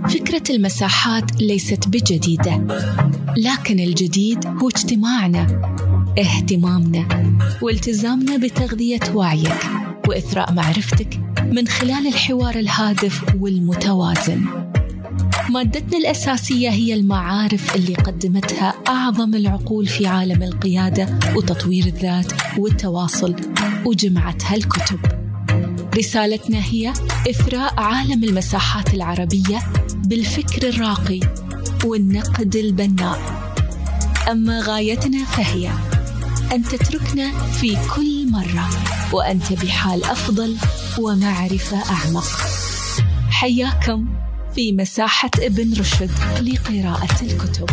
فكرة المساحات ليست بجديدة، لكن الجديد هو اجتماعنا، اهتمامنا والتزامنا بتغذية وعيك وإثراء معرفتك من خلال الحوار الهادف والمتوازن. مادتنا الأساسية هي المعارف اللي قدمتها أعظم العقول في عالم القيادة وتطوير الذات والتواصل، وجمعتها الكتب. رسالتنا هي إثراء عالم المساحات العربية بالفكر الراقي والنقد البناء. أما غايتنا فهي أن تتركنا في كل مرة وأنت بحال أفضل ومعرفة أعمق. حياكم في مساحة ابن رشد لقراءة الكتب.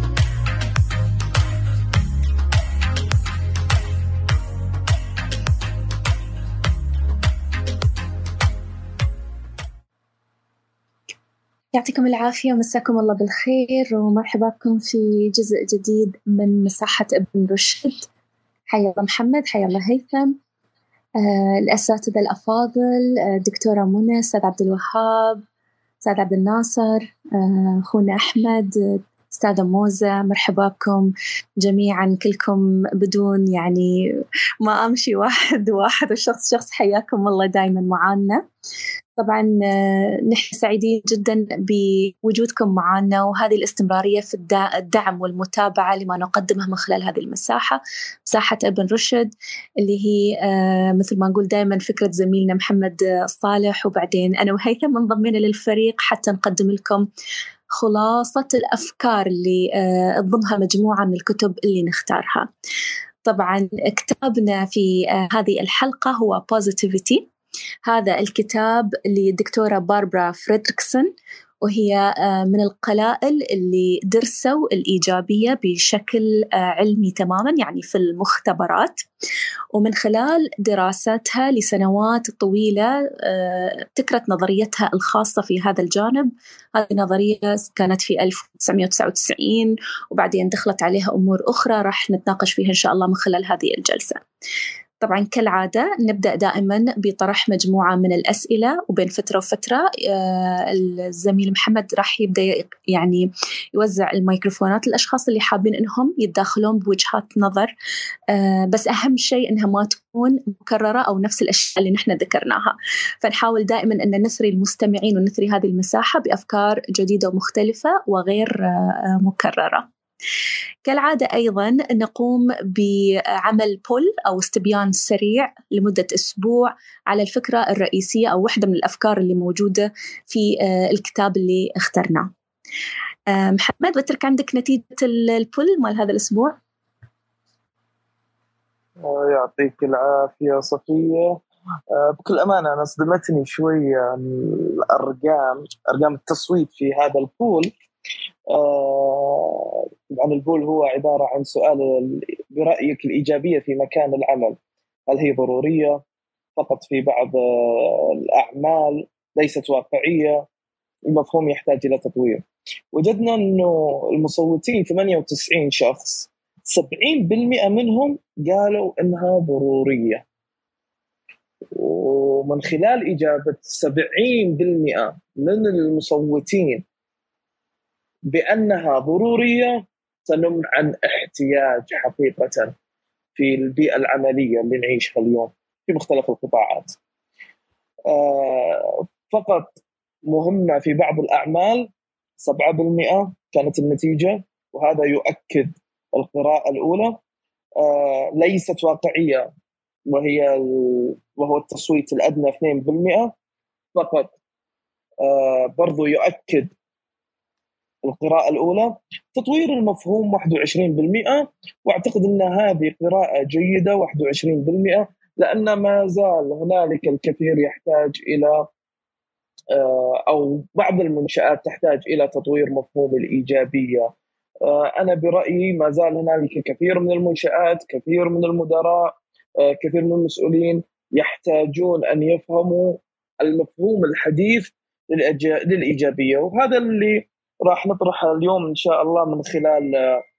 يعطيكم العافية ومساكم الله بالخير، ومرحبا بكم في جزء جديد من مساحة ابن رشد. حيا الله محمد، حيا الله هيثم، الأساتذة الأفاضل، دكتورة منى، أستاذ عبد الوهاب، أستاذ عبد الناصر، أخونا أحمد، أستاذة موزة. مرحبا بكم جميعا كلكم بدون يعني ما أمشي واحد واحد وشخص شخص. حياكم الله دائما معانا. طبعا نحن سعيدين جدا بوجودكم معنا، وهذه الاستمرارية في الدعم والمتابعة لما نقدمه من خلال هذه المساحة، مساحة ابن رشد، اللي هي مثل ما نقول دائما فكرة زميلنا محمد الصالح، وبعدين أنا وهيثم انضمينا للفريق حتى نقدم لكم خلاصة الأفكار اللي تضمها مجموعة من الكتب اللي نختارها. طبعا كتابنا في هذه الحلقة هو Positivity. هذا الكتاب للدكتورة باربرا فريدريكسون، وهي من القلائل اللي درسوا الإيجابية بشكل علمي تماماً، يعني في المختبرات، ومن خلال دراساتها لسنوات طويلة ابتكرت نظريتها الخاصة في هذا الجانب. هذه النظرية كانت في 1999، وبعدين دخلت عليها أمور أخرى راح نتناقش فيها إن شاء الله من خلال هذه الجلسة. طبعاً كالعادة نبدأ دائماً بطرح مجموعة من الأسئلة، وبين فترة وفترة الزميل محمد راح يبدأ يعني يوزع الميكروفونات للأشخاص اللي حابين إنهم يتداخلون بوجهات نظر، بس أهم شيء إنها ما تكون مكررة أو نفس الأشياء اللي نحن ذكرناها. فنحاول دائماً أن نثري المستمعين ونثري هذه المساحة بأفكار جديدة ومختلفة وغير مكررة. كالعادة أيضاً نقوم بعمل بول أو استبيان سريع لمدة أسبوع على الفكرة الرئيسية أو واحدة من الأفكار اللي موجودة في الكتاب اللي اخترناه. محمد، بترك عندك نتيجة البول مال هذا الأسبوع. يعطيك العافية صفية. بكل أمانة أنا صدمتني شوية يعني أرقام التصويت في هذا البول. طبعا البول هو عبارة عن سؤال برأيك الإيجابية في مكان العمل هل هي ضرورية فقط في بعض الأعمال، ليست واقعية، المفهوم يحتاج إلى تطوير. وجدنا أنه المصوتين 98 شخص 70% منهم قالوا إنها ضرورية، ومن خلال إجابة 70% من المصوتين بأنها ضرورية سنم عن احتياج حقيقة في البيئة العملية اللي نعيشها اليوم في مختلف القطاعات. فقط مهمة في بعض الأعمال 7% كانت النتيجة، وهذا يؤكد القراءة الأولى ليست واقعية، وهو التصويت الأدنى 2% فقط. برضو يؤكد القراءة الأولى. تطوير المفهوم 21%، واعتقد أن هذه قراءة جيدة 21%، لأن ما زال هنالك الكثير يحتاج إلى أو بعض المنشآت تحتاج إلى تطوير مفهوم الإيجابية. أنا برأيي ما زال هنالك كثير من المنشآت، كثير من المدراء، كثير من المسؤولين يحتاجون أن يفهموا المفهوم الحديث للإيجابية، وهذا اللي راح نطرحه اليوم إن شاء الله من خلال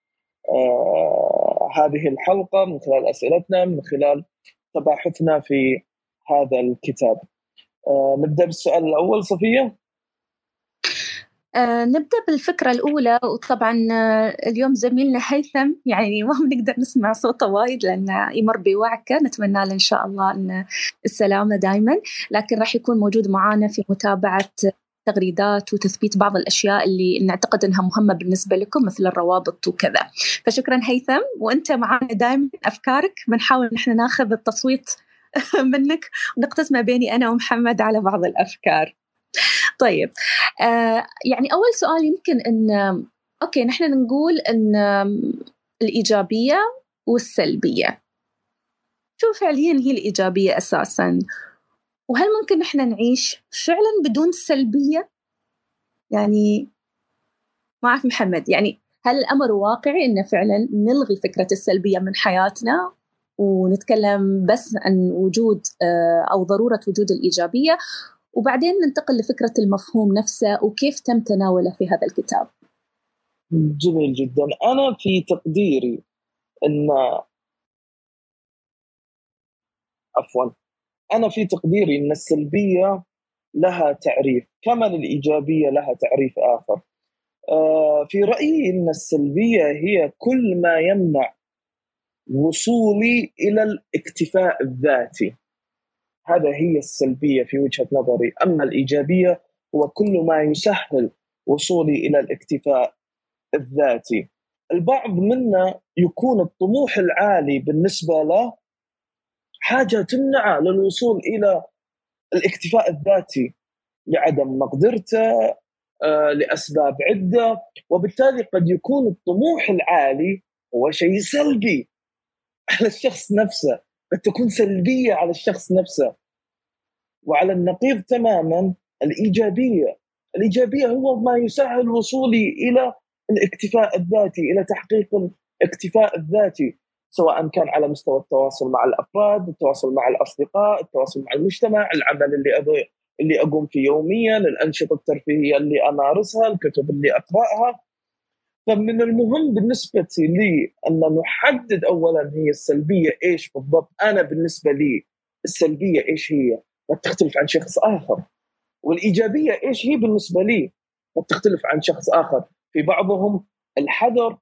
هذه الحلقة، من خلال أسئلتنا، من خلال تباحثنا في هذا الكتاب. نبدأ بالسؤال الأول صفية. نبدأ بالفكرة الأولى. وطبعا اليوم زميلنا هيثم يعني ما بنقدر نسمع صوته وايد لأنه يمر بوعكة، نتمنى له إن شاء الله أن السلامة دايما، لكن راح يكون موجود معنا في متابعة تغريدات وتثبيت بعض الأشياء اللي نعتقد أنها مهمة بالنسبة لكم مثل الروابط وكذا. فشكرا هيثم، وأنت معنا دايما أفكارك بنحاول نحن ناخذ التصويت منك ونقتسمه بيني أنا ومحمد على بعض الأفكار. طيب يعني أول سؤال يمكن أن أوكي نحن نقول أن الإيجابية والسلبية، شو فعليا هي الإيجابية أساسا؟ وهل ممكن نحن نعيش فعلا بدون سلبية؟ يعني ما أعرف محمد، يعني هل الأمر واقعي أن فعلا نلغي فكرة السلبية من حياتنا ونتكلم بس عن وجود أو ضرورة وجود الإيجابية، وبعدين ننتقل لفكرة المفهوم نفسه وكيف تم تناوله في هذا الكتاب؟ جميل جدا. أنا في تقديري أن السلبية لها تعريف كما الإيجابية لها تعريف آخر. في رأيي أن السلبية هي كل ما يمنع وصولي إلى الاكتفاء الذاتي، هذا هي السلبية في وجهة نظري. أما الإيجابية هو كل ما يسهل وصولي إلى الاكتفاء الذاتي. البعض منا يكون الطموح العالي بالنسبة له حاجة تمنع للوصول إلى الاكتفاء الذاتي لعدم مقدرته، لأسباب عدة، وبالتالي قد يكون الطموح العالي هو شيء سلبي على الشخص نفسه، قد تكون سلبية على الشخص نفسه. وعلى النقيض تماما الإيجابية هو ما يسهل وصولي إلى الاكتفاء الذاتي، إلى تحقيق الاكتفاء الذاتي، سواء كان على مستوى التواصل مع الأفراد، التواصل مع الأصدقاء، التواصل مع المجتمع، العمل اللي أقوم فيه يوميا، الأنشطة الترفيهية اللي أمارسها، الكتب اللي أقرأها. فمن المهم بالنسبة لي أن نحدد أولا هي السلبية إيش بالضبط. أنا بالنسبة لي السلبية إيش هي قد تختلف عن شخص آخر، والإيجابية إيش هي بالنسبة لي قد تختلف عن شخص آخر. في بعضهم الحذر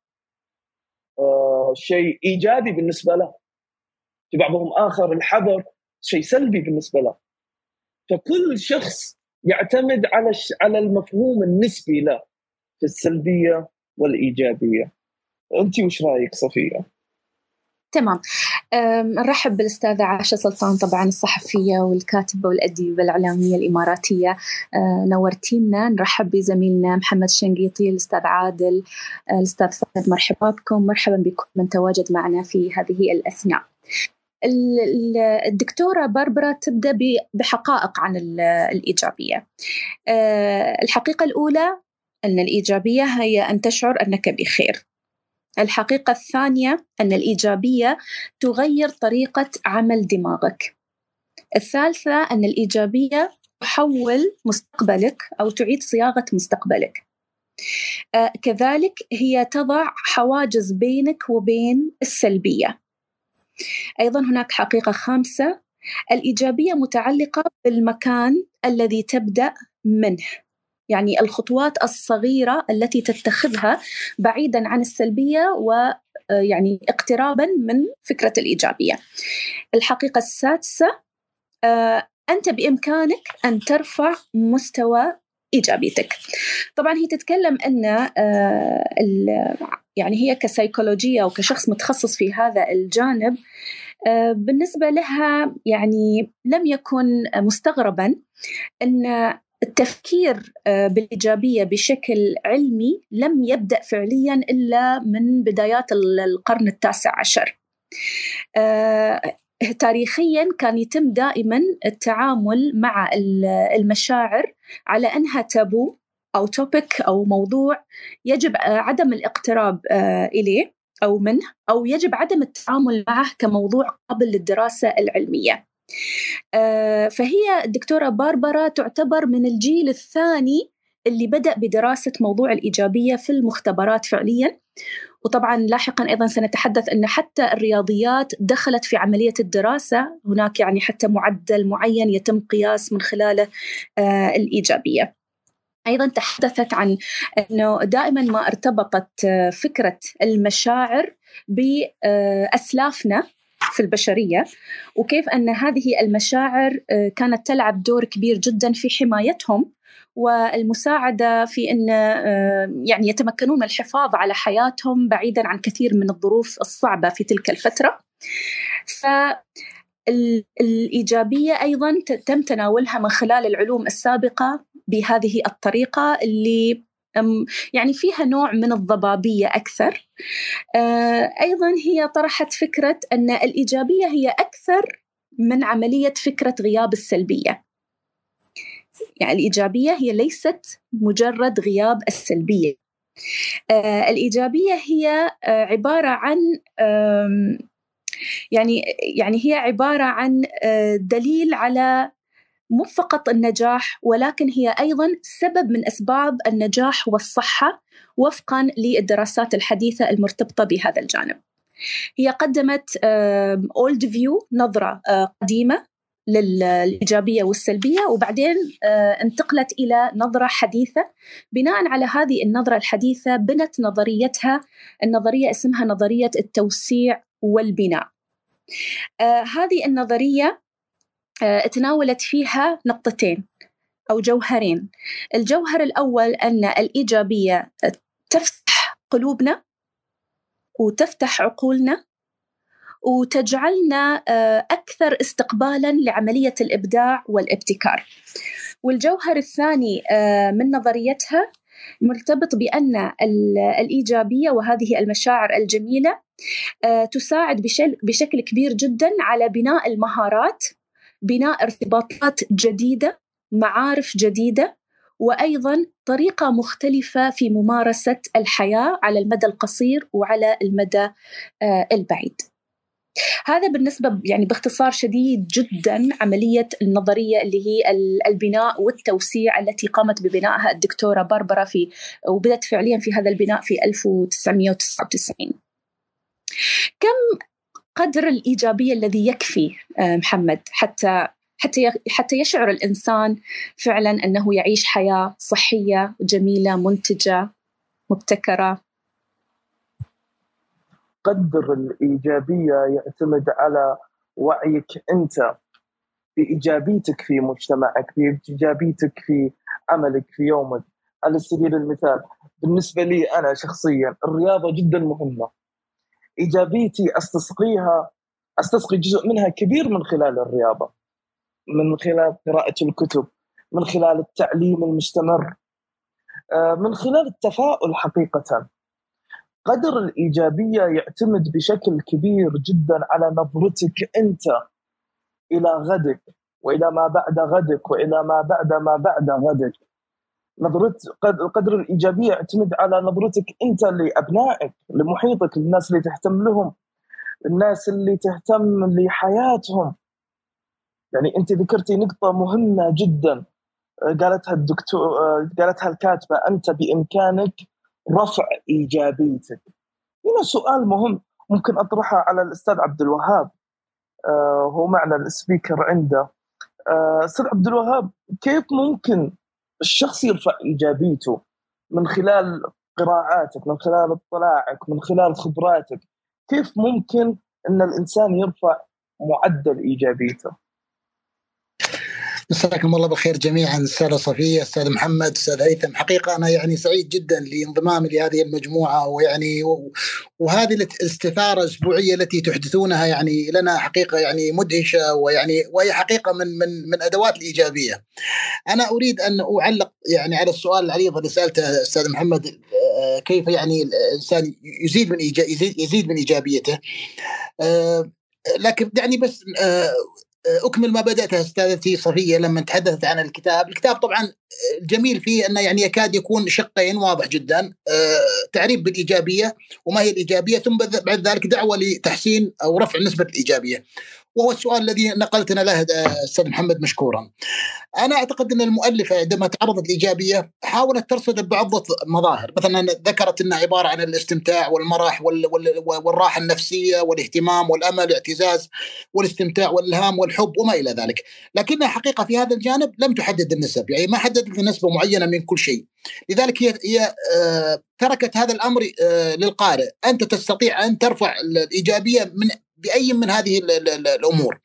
شيء إيجابي بالنسبة له، في بعضهم آخر الحذر شيء سلبي بالنسبة له. فكل شخص يعتمد على المفهوم النسبي له في السلبية والإيجابية. أنت وش رأيك صفية؟ تمام. نرحب بالأستاذة عاشة سلطان، طبعا الصحفية والكاتبة والأديبة الإعلامية الإماراتية، نورتينا. نرحب بزميلنا محمد شنقيطي، الأستاذ عادل، الأستاذ فهد، مرحبا بكم، مرحبا بكم من تواجد معنا في هذه الأثناء. الدكتورة باربرا تبدأ بحقائق عن الإيجابية. الحقيقة الأولى أن الإيجابية هي أن تشعر أنك بخير. الحقيقة الثانية أن الإيجابية تغير طريقة عمل دماغك. الثالثة أن الإيجابية تحول مستقبلك أو تعيد صياغة مستقبلك. كذلك هي تضع حواجز بينك وبين السلبية. أيضا هناك حقيقة خامسة، الإيجابية متعلقة بالمكان الذي تبدأ منه، يعني الخطوات الصغيرة التي تتخذها بعيداً عن السلبية ويعني اقتراباً من فكرة الإيجابية. الحقيقة السادسة، أنت بإمكانك أن ترفع مستوى إيجابيتك. طبعاً هي تتكلم أن يعني هي كسيكولوجية وكشخص متخصص في هذا الجانب، بالنسبة لها يعني لم يكن مستغرباً أن التفكير بالإيجابية بشكل علمي لم يبدأ فعلياً إلا من بدايات القرن التاسع عشر. تاريخياً كان يتم دائماً التعامل مع المشاعر على أنها تابو أو توبيك أو موضوع يجب عدم الاقتراب إليه أو منه، أو يجب عدم التعامل معه كموضوع قابل للدراسة العلمية. فهي الدكتورة باربرا تعتبر من الجيل الثاني اللي بدأ بدراسة موضوع الإيجابية في المختبرات فعلياً. وطبعاً لاحقاً أيضاً سنتحدث أن حتى الرياضيات دخلت في عملية الدراسة، هناك يعني حتى معدل معين يتم قياس من خلاله الإيجابية. أيضا تحدثت عن أنه دائما ما ارتبطت فكرة المشاعر بأسلافنا في البشرية، وكيف أن هذه المشاعر كانت تلعب دور كبير جدا في حمايتهم والمساعدة في أن يعني يتمكنون من الحفاظ على حياتهم بعيدا عن كثير من الظروف الصعبة في تلك الفترة. فالإيجابية أيضا تم تناولها من خلال العلوم السابقة بهذه الطريقة اللي يعني فيها نوع من الضبابية أكثر. أيضا هي طرحت فكرة أن الإيجابية هي أكثر من عملية فكرة غياب السلبية. يعني الإيجابية هي ليست مجرد غياب السلبية. الإيجابية هي عبارة عن يعني هي عبارة عن دليل على مو فقط النجاح، ولكن هي أيضاً سبب من أسباب النجاح والصحة وفقاً للدراسات الحديثة المرتبطة بهذا الجانب. هي قدمت old view، نظرة قديمة للإيجابية والسلبية، وبعدين انتقلت إلى نظرة حديثة. بناء على هذه النظرة الحديثة بنت نظريتها، النظرية اسمها نظرية التوسيع والبناء. هذه النظرية تناولت فيها نقطتين أو جوهرين. الجوهر الأول أن الإيجابية تفتح قلوبنا وتفتح عقولنا وتجعلنا أكثر استقبالاً لعملية الإبداع والابتكار. والجوهر الثاني من نظريتها مرتبط بأن الإيجابية وهذه المشاعر الجميلة تساعد بشكل كبير جداً على بناء المهارات، بناء ارتباطات جديدة، معارف جديدة، وأيضاً طريقة مختلفة في ممارسة الحياة على المدى القصير وعلى المدى البعيد. هذا بالنسبة يعني باختصار شديد جداً عملية النظرية اللي هي البناء والتوسيع التي قامت ببنائها الدكتورة باربرا وبدأت فعلياً في هذا البناء في 1999. كم قدر الإيجابية الذي يكفي محمد حتى يشعر الإنسان فعلاً أنه يعيش حياة صحية جميلة منتجة مبتكرة؟ قدر الإيجابية يعتمد على وعيك أنت بإيجابيتك في مجتمعك، بإيجابيتك في عملك في يومك. على سبيل المثال بالنسبة لي أنا شخصياً الرياضة جداً مهمة. إيجابيتي أستسقي جزء منها كبير من خلال الرياضة، من خلال قراءة الكتب، من خلال التعليم المستمر، من خلال التفاؤل. حقيقة قدر الإيجابية يعتمد بشكل كبير جدا على نظرتك أنت إلى غدك وإلى ما بعد غدك وإلى ما بعد غدك. قدر الإيجابية يعتمد على نظرتك أنت لأبنائك، لمحيطك، للناس اللي تهتم لهم، الناس اللي تهتم لحياتهم. يعني أنت ذكرتي نقطة مهمة جدا قالتها الكاتبة: أنت بإمكانك رفع إيجابيتك. هنا سؤال مهم ممكن أطرحه على الأستاذ عبد الوهاب، هو معنا السبيكر عنده. أستاذ عبد الوهاب، كيف ممكن الشخص يرفع إيجابيته من خلال قراءاتك، من خلال اطلاعك، من خلال خبراتك؟ كيف ممكن أن الإنسان يرفع معدل إيجابيته؟ مساكم الله بالخير جميعا، أستاذة صفية، أستاذ محمد، أستاذ هيثم. حقيقة أنا يعني سعيد جدا لانضمامي لهذه المجموعة، وهذه الاستثارة الأسبوعية التي تحدثونها يعني لنا حقيقة يعني مدهشة، وهي حقيقة من أدوات الإيجابية. أنا أريد أن أعلق يعني على السؤال العريض اللي سألته أستاذ محمد، كيف يعني الإنسان يزيد من إيجابيته. لكن دعني بس أكمل ما بدأتها أستاذتي صفية لما تحدثت عن الكتاب. طبعا الجميل فيه أنه يعني يكاد يكون شقين واضح جدا، تعريف بالإيجابية وما هي الإيجابية، ثم بعد ذلك دعوة لتحسين أو رفع نسبة الإيجابية، وهو السؤال الذي نقلتنا له أستاذ محمد مشكورا. أنا أعتقد أن المؤلفة عندما تعرضت الإيجابية حاولت ترصد بعض مظاهر، مثلا ذكرت أنها عبارة عن الاستمتاع والمرح والراحة النفسية والاهتمام والأمل والاعتزاز والاستمتاع والإلهام والحب وما إلى ذلك، لكنها حقيقة في هذا الجانب لم تحدد النسب، يعني ما حددت حددت نسبة معينة من كل شيء. لذلك هي تركت هذا الأمر للقارئ. أنت تستطيع أن ترفع الإيجابية بأي من هذه الأمور.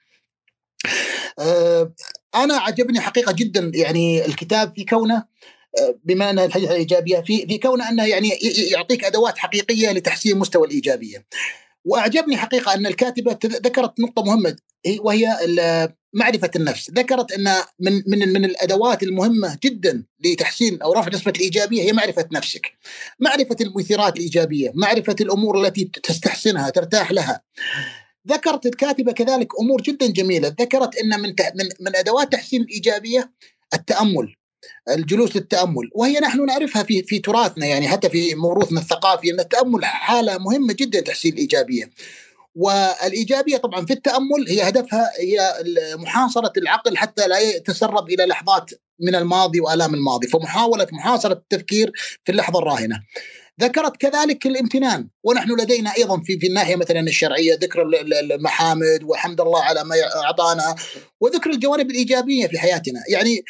أنا عجبني حقيقة جدا يعني الكتاب في كونه، بما أن الحديث عن الإيجابية في كونه أنه يعني يعطيك أدوات حقيقية لتحسين مستوى الإيجابية. وأعجبني حقيقة أن الكاتبة ذكرت نقطة مهمة وهي معرفة النفس. ذكرت أن من الأدوات المهمة جدا لتحسين أو رفع نسبة الإيجابية هي معرفة نفسك، معرفة المؤثرات الإيجابية، معرفة الأمور التي تستحسنها ترتاح لها. ذكرت الكاتبة كذلك أمور جدا جميلة. ذكرت أن من أدوات تحسين الإيجابية التأمل، الجلوس للتأمل، وهي نحن نعرفها في تراثنا، يعني حتى في موروثنا الثقافي أن التأمل حالة مهمة جدا تحسين الإيجابية. والإيجابية طبعا في التأمل هي هدفها هي محاصرة العقل حتى لا يتسرب إلى لحظات من الماضي وآلام الماضي، فمحاولة محاصرة التفكير في اللحظة الراهنة. ذكرت كذلك الامتنان، ونحن لدينا أيضا في الناحية مثلا الشرعية ذكر المحامد وحمد الله على ما أعطانا، وذكر الجوانب الإيجابية في حياتنا. يعني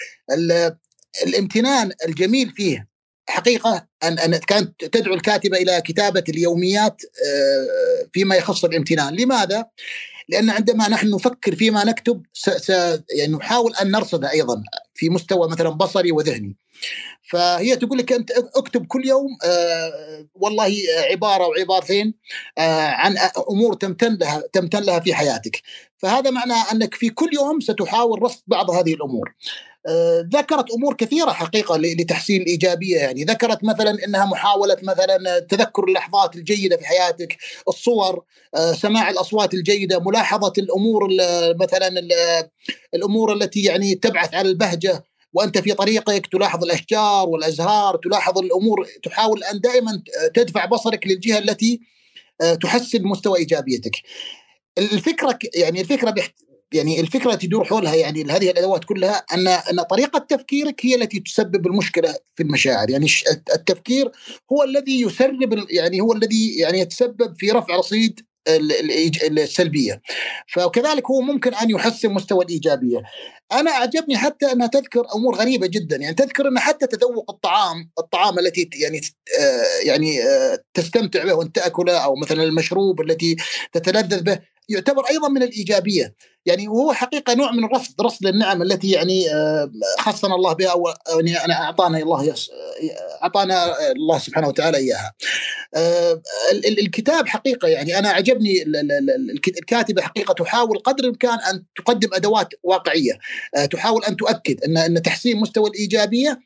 الامتنان الجميل فيه حقيقة أن كانت تدعو الكاتبة إلى كتابة اليوميات فيما يخص الامتنان. لماذا؟ لأن عندما نحن نفكر فيما نكتب يعني نحاول أن نرصده أيضا في مستوى مثلا بصري وذهني. فهي تقول لك أنت اكتب كل يوم والله عبارة أو عبارتين عن أمور تمتن لها في حياتك. فهذا معناه أنك في كل يوم ستحاول رصد بعض هذه الأمور. ذكرت أمور كثيرة حقيقة لتحسين الإيجابية. يعني ذكرت مثلا أنها محاولة مثلا تذكر اللحظات الجيدة في حياتك، الصور، سماع الأصوات الجيدة، ملاحظة الأمور مثلا الأمور التي يعني تبعث على البهجة وأنت في طريقك، تلاحظ الأشجار والأزهار، تلاحظ الأمور، تحاول أن دائما تدفع بصرك للجهة التي تحسن مستوى إيجابيتك. الفكرة يعني الفكرة تدور حولها يعني هذه الأدوات كلها أن طريقة تفكيرك هي التي تسبب المشكلة في المشاعر. يعني التفكير هو الذي يسرب، يعني هو الذي يعني يتسبب في رفع رصيد السلبية، فكذلك هو ممكن أن يحسن مستوى الإيجابية. أنا أعجبني حتى أنها تذكر أمور غريبة جدا. يعني تذكر أن حتى تذوق الطعام التي يعني تستمتع به وأنت تأكله، أو مثلا المشروب التي تتلذذ به، يعتبر أيضا من الإيجابية. يعني وهو حقيقة نوع من رصد للنعم التي يعني خصنا الله بها، أو يعني أنا أعطانا الله سبحانه وتعالى إياها. الكتاب حقيقة يعني أنا عجبني الكاتبة حقيقة تحاول قدر الإمكان أن تقدم أدوات واقعية، تحاول أن تؤكد أن تحسين مستوى الإيجابية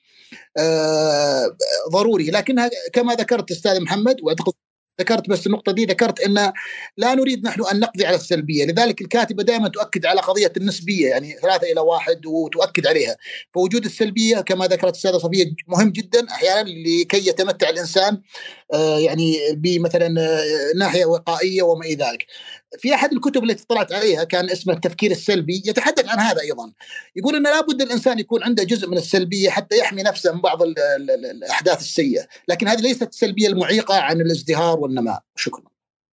ضروري، لكنها كما ذكرت أستاذ محمد، وأعتقد ذكرت بس النقطة دي، ذكرت أن لا نريد نحن أن نقضي على السلبية. لذلك الكاتبة دائما تؤكد على قضية النسبية، يعني 3-1، وتؤكد عليها. فوجود السلبية كما ذكرت السيدة صفية مهم جدا أحيانا لكي يتمتع الإنسان يعني بمثلا ناحية وقائية وما إلى ذلك. في أحد الكتب التي طلعت عليها كان اسمه التفكير السلبي، يتحدث عن هذا أيضا. يقول أن لابد الإنسان يكون عنده جزء من السلبية حتى يحمي نفسه من بعض الأحداث السيئة، لكن هذه ليست السلبية المعيقة عن الازدهار والنماء. شكرا.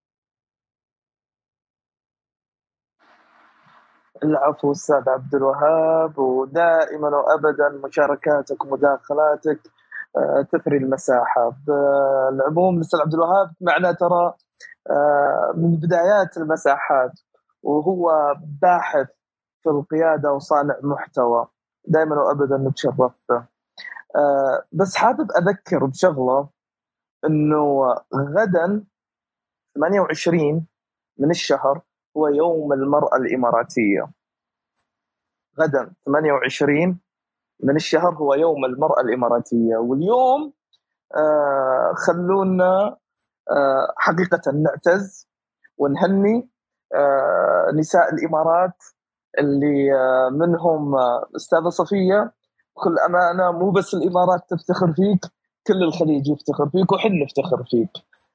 العفو أستاذ عبد الوهاب، ودائما وأبدا مشاركاتك ومداخلاتك تثري المساحة. بالعموم أستاذ عبد الوهاب معنا ترى من بدايات المساحات، وهو باحث في القيادة وصانع محتوى، دائما وأبدا نتشرف به. بس حابب أذكر بشغلة، أنه غدا 28 من الشهر هو يوم المرأة الإماراتية. غدا 28 من الشهر هو يوم المرأة الإماراتية، واليوم خلونا حقيقة نعتز ونهني نساء الإمارات اللي منهم أستاذة صفية. بكل أمانة مو بس الإمارات تفتخر فيك، كل الخليج يفتخر فيك، وحن نفتخر فيك.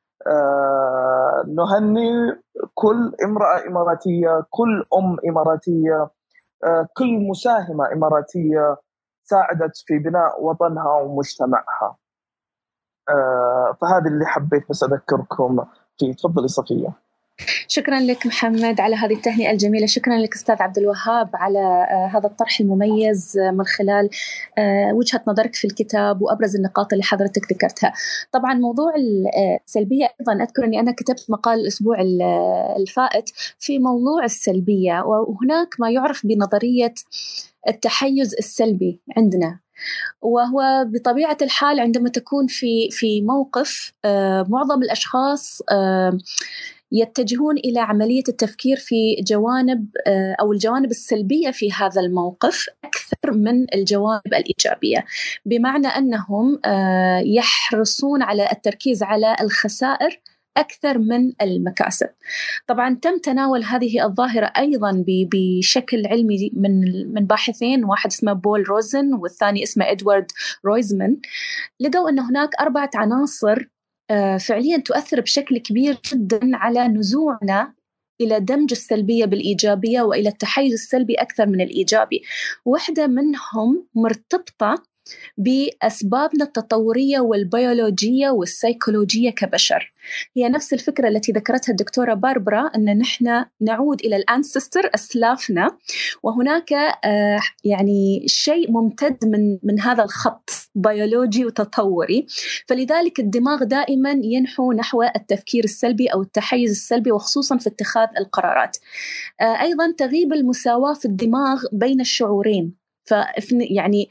نهني كل امرأة إماراتية، كل أم إماراتية، كل مساهمة إماراتية ساعدت في بناء وطنها ومجتمعها. فهذا اللي حبيت بس أذكركم فيه. تفضلي صفية. شكرا لك محمد على هذه التهنئة الجميلة. شكرا لك أستاذ عبد الوهاب على هذا الطرح المميز من خلال وجهة نظرك في الكتاب وأبرز النقاط اللي حضرتك ذكرتها. طبعا موضوع السلبية أيضا أذكر أني أنا كتبت مقال الأسبوع الفائت في موضوع السلبية، وهناك ما يعرف بنظرية التحيز السلبي عندنا، وهو بطبيعة الحال عندما تكون في موقف معظم الأشخاص يتجهون إلى عملية التفكير في جوانب أو الجوانب السلبية في هذا الموقف أكثر من الجوانب الإيجابية، بمعنى أنهم يحرصون على التركيز على الخسائر أكثر من المكاسب. طبعاً تم تناول هذه الظاهرة أيضاً بشكل علمي من باحثين، واحد اسمه بول روزن والثاني اسمه إدوارد رويزمان. لقوا أن هناك 4 عناصر فعلياً تؤثر بشكل كبير جداً على نزوعنا إلى دمج السلبية بالإيجابية وإلى التحيز السلبي أكثر من الإيجابي. واحدة منهم مرتبطة بأسبابنا التطورية والبيولوجية والسيكولوجية كبشر. هي نفس الفكرة التي ذكرتها الدكتورة باربرا، أن نحن نعود إلى الأنسستر أسلافنا، وهناك يعني شيء ممتد من هذا الخط بيولوجي وتطوري، فلذلك الدماغ دائما ينحو نحو التفكير السلبي أو التحيز السلبي، وخصوصا في اتخاذ القرارات. أيضا تغيب المساواة في الدماغ بين الشعورين، يعني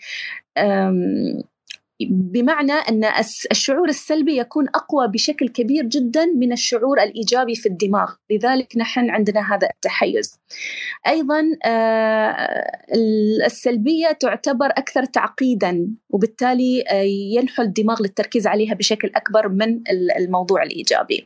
بمعنى أن الشعور السلبي يكون أقوى بشكل كبير جدا من الشعور الإيجابي في الدماغ، لذلك نحن عندنا هذا التحيز. أيضا السلبية تعتبر أكثر تعقيدا، وبالتالي ينحو الدماغ للتركيز عليها بشكل أكبر من الموضوع الإيجابي.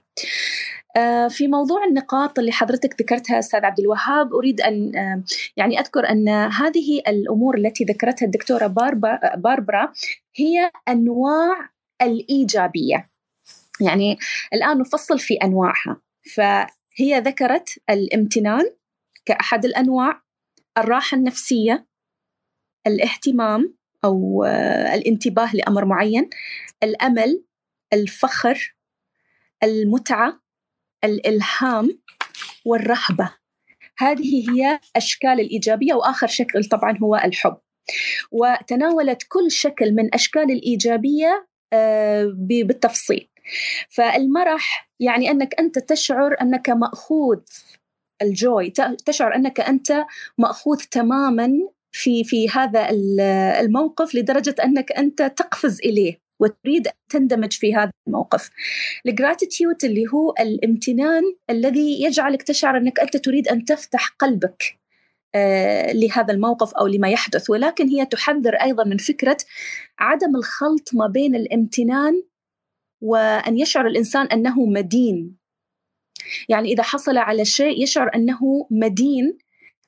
في موضوع النقاط اللي حضرتك ذكرتها أستاذ عبد الوهاب، أريد أن يعني أذكر أن هذه الأمور التي ذكرتها الدكتورة باربرا هي أنواع الإيجابية. يعني الآن نفصل في أنواعها، فهي ذكرت الامتنان كأحد الأنواع، الراحة النفسية، الاهتمام أو الانتباه لأمر معين، الأمل، الفخر، المتعة، الإلهام، والرهبة. هذه هي أشكال الإيجابية، وآخر شكل طبعا هو الحب. وتناولت كل شكل من أشكال الإيجابية بالتفصيل. فالمرح يعني أنك أنت تشعر أنك مأخوذ، الجوي تشعر أنك أنت مأخوذ تماما في هذا الموقف، لدرجة أنك أنت تقفز إليه وتريد أن تندمج في هذا الموقف. الجراتيتيود اللي هو الامتنان الذي يجعلك تشعر أنك أنت تريد أن تفتح قلبك لهذا الموقف أو لما يحدث، ولكن هي تحذر أيضا من فكرة عدم الخلط ما بين الامتنان وأن يشعر الإنسان أنه مدين. يعني إذا حصل على شيء يشعر أنه مدين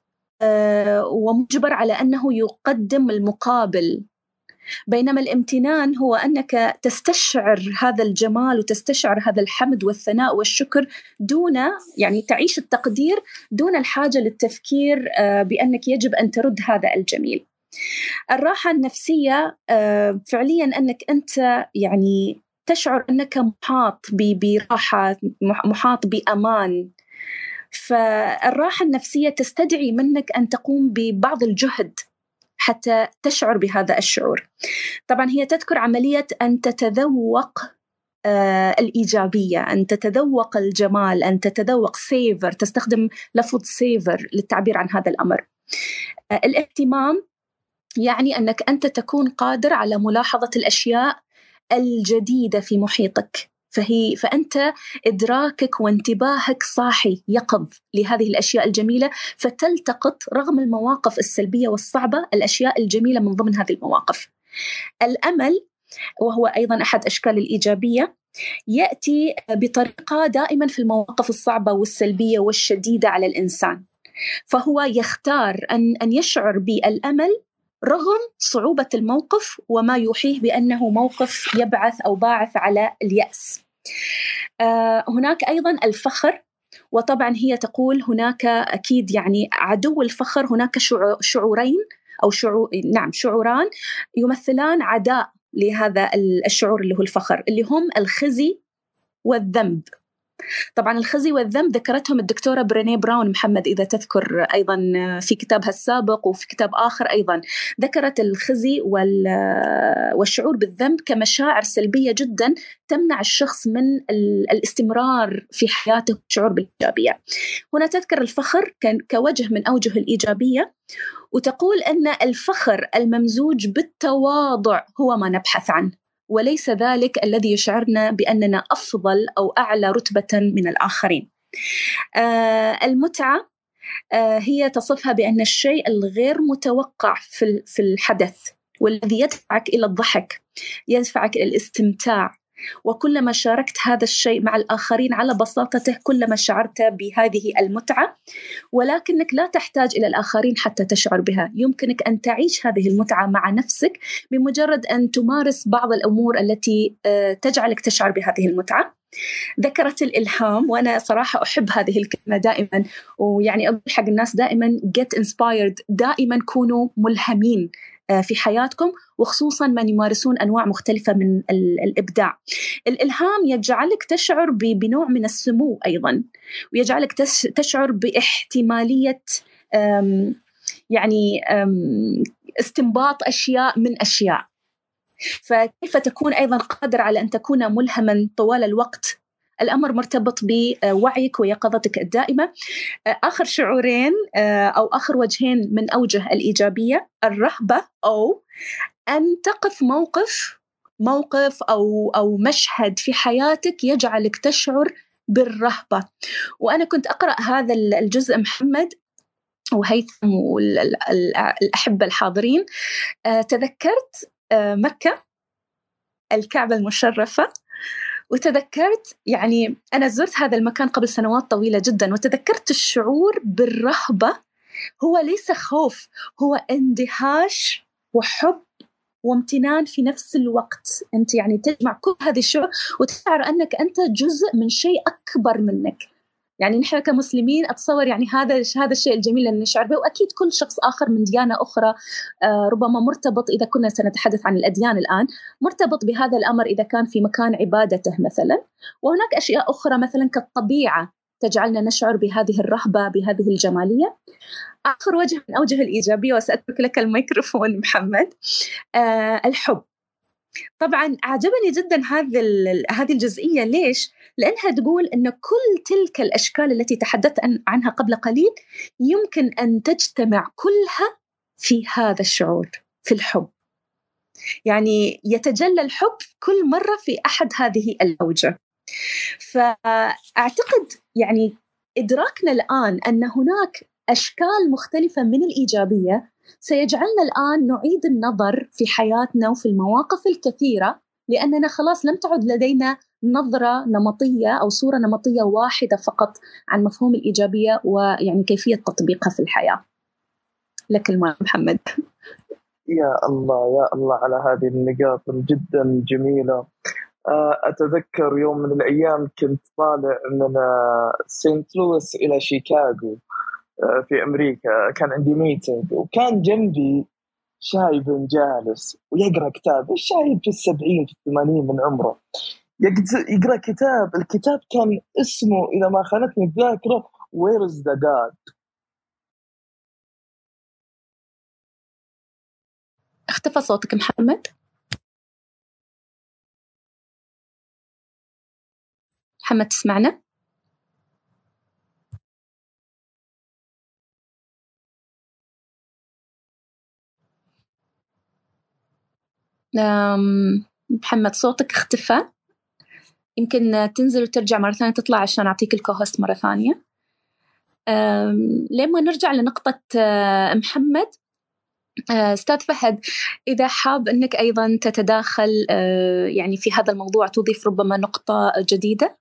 ومجبر على أنه يقدم المقابل، بينما الامتنان هو أنك تستشعر هذا الجمال وتستشعر هذا الحمد والثناء والشكر دون يعني تعيش التقدير دون الحاجة للتفكير بأنك يجب أن ترد هذا الجميل. الراحة النفسية فعليا أنك أنت يعني تشعر أنك محاط براحة، محاط بأمان. فالراحة النفسية تستدعي منك أن تقوم ببعض الجهد حتى تشعر بهذا الشعور. طبعا هي تذكر عملية أن تتذوق الإيجابية، أن تتذوق الجمال، أن تتذوق سيفر، تستخدم لفظ سيفر للتعبير عن هذا الأمر. الاهتمام يعني أنك أنت تكون قادر على ملاحظة الأشياء الجديدة في محيطك، فأنت إدراكك وانتباهك صاحي يقظ لهذه الأشياء الجميلة، فتلتقط رغم المواقف السلبية والصعبة الأشياء الجميلة من ضمن هذه المواقف. الأمل وهو أيضا أحد أشكال الإيجابية، يأتي بطريقة دائما في المواقف الصعبة والسلبية والشديدة على الإنسان، فهو يختار أن يشعر بالأمل رغم صعوبة الموقف وما يوحيه بأنه موقف يبعث أو باعث على اليأس. هناك أيضا الفخر، وطبعا هي تقول هناك أكيد يعني عدو الفخر، هناك شعورين أو شعوران يمثلان عداء لهذا الشعور اللي هو الفخر، اللي هم الخزي والذنب. طبعا الخزي والذنب ذكرتهم الدكتورة برينيه براون محمد إذا تذكر، أيضا في كتابها السابق وفي كتاب آخر أيضا ذكرت الخزي والشعور بالذنب كمشاعر سلبية جدا تمنع الشخص من الاستمرار في حياته والشعور بالإيجابية. هنا تذكر الفخر كوجه من أوجه الإيجابية، وتقول أن الفخر الممزوج بالتواضع هو ما نبحث عنه، وليس ذلك الذي يشعرنا بأننا أفضل أو أعلى رتبة من الآخرين. المتعة هي تصفها بأن الشيء الغير متوقع في الحدث، والذي يدفعك إلى الضحك، يدفعك إلى الاستمتاع، وكلما شاركت هذا الشيء مع الآخرين على بساطته كلما شعرت بهذه المتعة، ولكنك لا تحتاج إلى الآخرين حتى تشعر بها. يمكنك أن تعيش هذه المتعة مع نفسك بمجرد أن تمارس بعض الأمور التي تجعلك تشعر بهذه المتعة. ذكرت الإلهام، وأنا صراحة أحب هذه الكلمة دائما، ويعني أقول حق الناس دائما get inspired، دائما كونوا ملهمين في حياتكم، وخصوصا من يمارسون أنواع مختلفة من الإبداع. الإلهام يجعلك تشعر بنوع من السمو أيضا، ويجعلك تشعر باحتمالية يعني استنباط أشياء من أشياء. فكيف تكون أيضا قادر على أن تكون ملهما طوال الوقت؟ الأمر مرتبط بوعيك ويقظتك الدائمة. آخر شعورين أو آخر وجهين من أوجه الإيجابية: الرهبة، أو أن تقف موقف أو مشهد في حياتك يجعلك تشعر بالرهبة. وأنا كنت أقرأ هذا الجزء محمد وهيثم والأحبة الحاضرين، تذكرت مكة، الكعبة المشرفة، وتذكرت يعني أنا زرت هذا المكان قبل سنوات طويلة جدا، وتذكرت الشعور بالرهبة هو ليس خوف، هو اندهاش وحب وامتنان في نفس الوقت. أنت يعني تجمع كل هذه الشعور وتشعر أنك أنت جزء من شيء أكبر منك. يعني نحن كمسلمين أتصور يعني هذا الشيء الجميل اللي نشعر به، وأكيد كل شخص آخر من ديانة أخرى ربما مرتبط، إذا كنا سنتحدث عن الأديان الآن، مرتبط بهذا الأمر إذا كان في مكان عبادته مثلا. وهناك أشياء أخرى مثلا كالطبيعة تجعلنا نشعر بهذه الرهبة، بهذه الجمالية. آخر وجه من أوجه الإيجابية، وسأترك لك الميكروفون محمد، الحب. طبعا أعجبني جدا هذه الجزئية. ليش؟ لأنها تقول أن كل تلك الأشكال التي تحدثت عنها قبل قليل يمكن أن تجتمع كلها في هذا الشعور، في الحب. يعني يتجلى الحب كل مرة في أحد هذه الأوجه. فأعتقد يعني إدراكنا الآن أن هناك أشكال مختلفة من الإيجابية سيجعلنا الآن نعيد النظر في حياتنا وفي المواقف الكثيرة، لأننا خلاص لم تعد لدينا نظرة نمطية أو صورة نمطية واحدة فقط عن مفهوم الإيجابية ويعني كيفية تطبيقها في الحياة. لك الماء محمد. يا الله على هذه النقاط جدا جميلة. أتذكر يوم من الأيام كنت طالع من سانت لويس إلى شيكاغو في أمريكا، كان عندي ميتنج، وكان جنبي شايب جالس ويقرأ كتاب. الشايب في 70 في 80 من عمره يقرأ كتاب. الكتاب كان اسمه إذا ما خانتني الذاكرة Where is the God. اختفى صوتك محمد. محمد تسمعنا؟ محمد صوتك اختفى، يمكن تنزل وترجع مرة ثانية، تطلع عشان أعطيك الكوهوست مرة ثانية. لما نرجع لنقطة محمد، أستاذ فهد إذا حاب أنك أيضا تتداخل يعني في هذا الموضوع، تضيف ربما نقطة جديدة.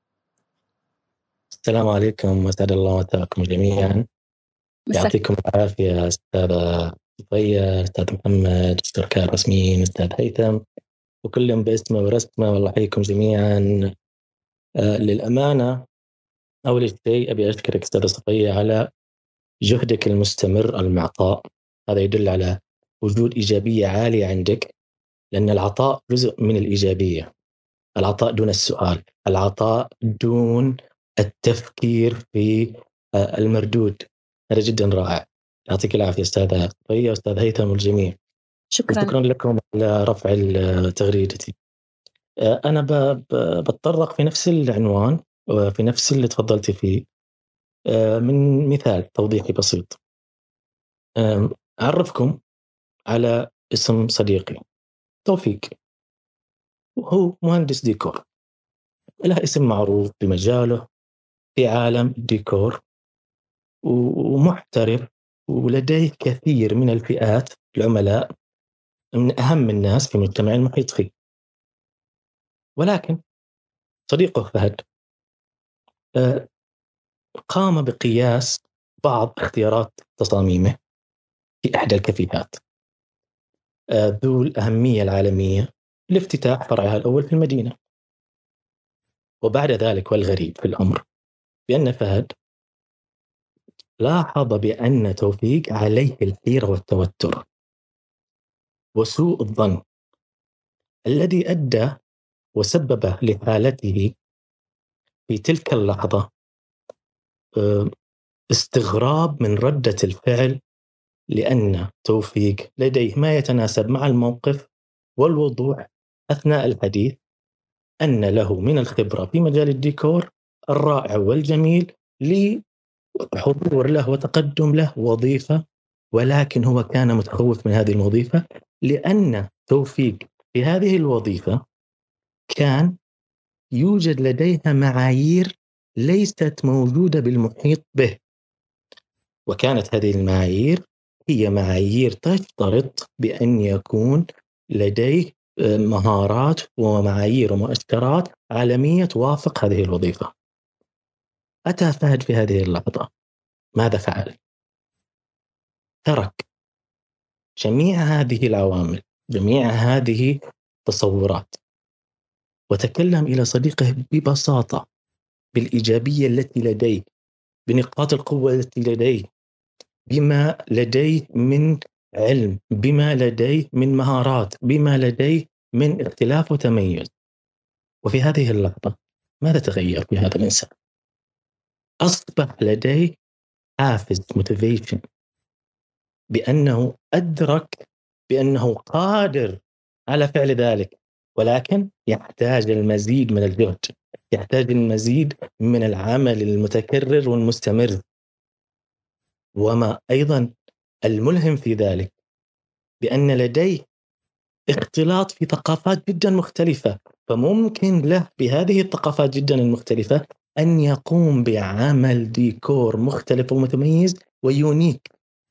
السلام عليكم، أسعد الله مساءكم جميعا. يعطيكم العافية أستاذ صفية، أستاذ محمد، الشركاء الرسميين، أستاذ هيثم، وكلهم باسمه ورسمه، والله يحييكم جميعا. للأمانة أول شيء أبي أشكرك أستاذ صفية على جهدك المستمر المعطاء. هذا يدل على وجود إيجابية عالية عندك، لأن العطاء جزء من الإيجابية. العطاء دون السؤال، العطاء دون التفكير في المردود. هذا جدا رائع. يعطيك العافية أستاذة صفية وأستاذ هيثم والجميع. شكرا لكم على رفع تغريدتي. أنا بتطرق في نفس العنوان وفي نفس اللي تفضلت فيه من مثال توضيحي بسيط. أعرفكم على اسم صديقي توفيق، وهو مهندس ديكور، له اسم معروف بمجاله في عالم الديكور ومحترف، ولديه كثير من الفئات العملاء من أهم الناس في مجتمع المحيط فيه. ولكن صديقه فهد قام بقياس بعض اختيارات تصاميمه في إحدى الكافيهات ذو الأهمية العالمية لافتتاح فرعها الأول في المدينة. وبعد ذلك، والغريب في الأمر بأن فهد لاحظ بأن توفيق عليه الحيرة والتوتر وسوء الظن الذي أدى وسبب لحالته في تلك اللحظة استغراب من ردة الفعل، لأن توفيق لديه ما يتناسب مع الموقف والوضوح أثناء الحديث أن له من الخبرة في مجال الديكور الرائع والجميل لحضور له وتقدم له وظيفة. ولكن هو كان متخوف من هذه الوظيفة، لأن توفيق في هذه الوظيفة كان يوجد لديها معايير ليست موجودة بالمحيط به، وكانت هذه المعايير هي معايير تشترط بأن يكون لديه مهارات ومعايير ومؤشرات عالمية توافق هذه الوظيفة. أتى فهد في هذه اللحظة، ماذا فعل؟ ترك جميع هذه العوامل، جميع هذه التصورات، وتكلم إلى صديقه ببساطة، بالإيجابية التي لديه، بنقاط القوة التي لديه، بما لديه من علم، بما لديه من مهارات، بما لديه من اختلاف وتميز. وفي هذه اللحظة ماذا تغير في هذا الإنسان؟ أصبح لديه حافز motivation، بأنه أدرك بأنه قادر على فعل ذلك، ولكن يحتاج المزيد من الجهد، يحتاج المزيد من العمل المتكرر والمستمر. وما أيضا الملهم في ذلك بأن لديه اختلاط في ثقافات جدا مختلفة، فممكن له بهذه الثقافات جدا المختلفة أن يقوم بعمل ديكور مختلف ومتميز ويونيك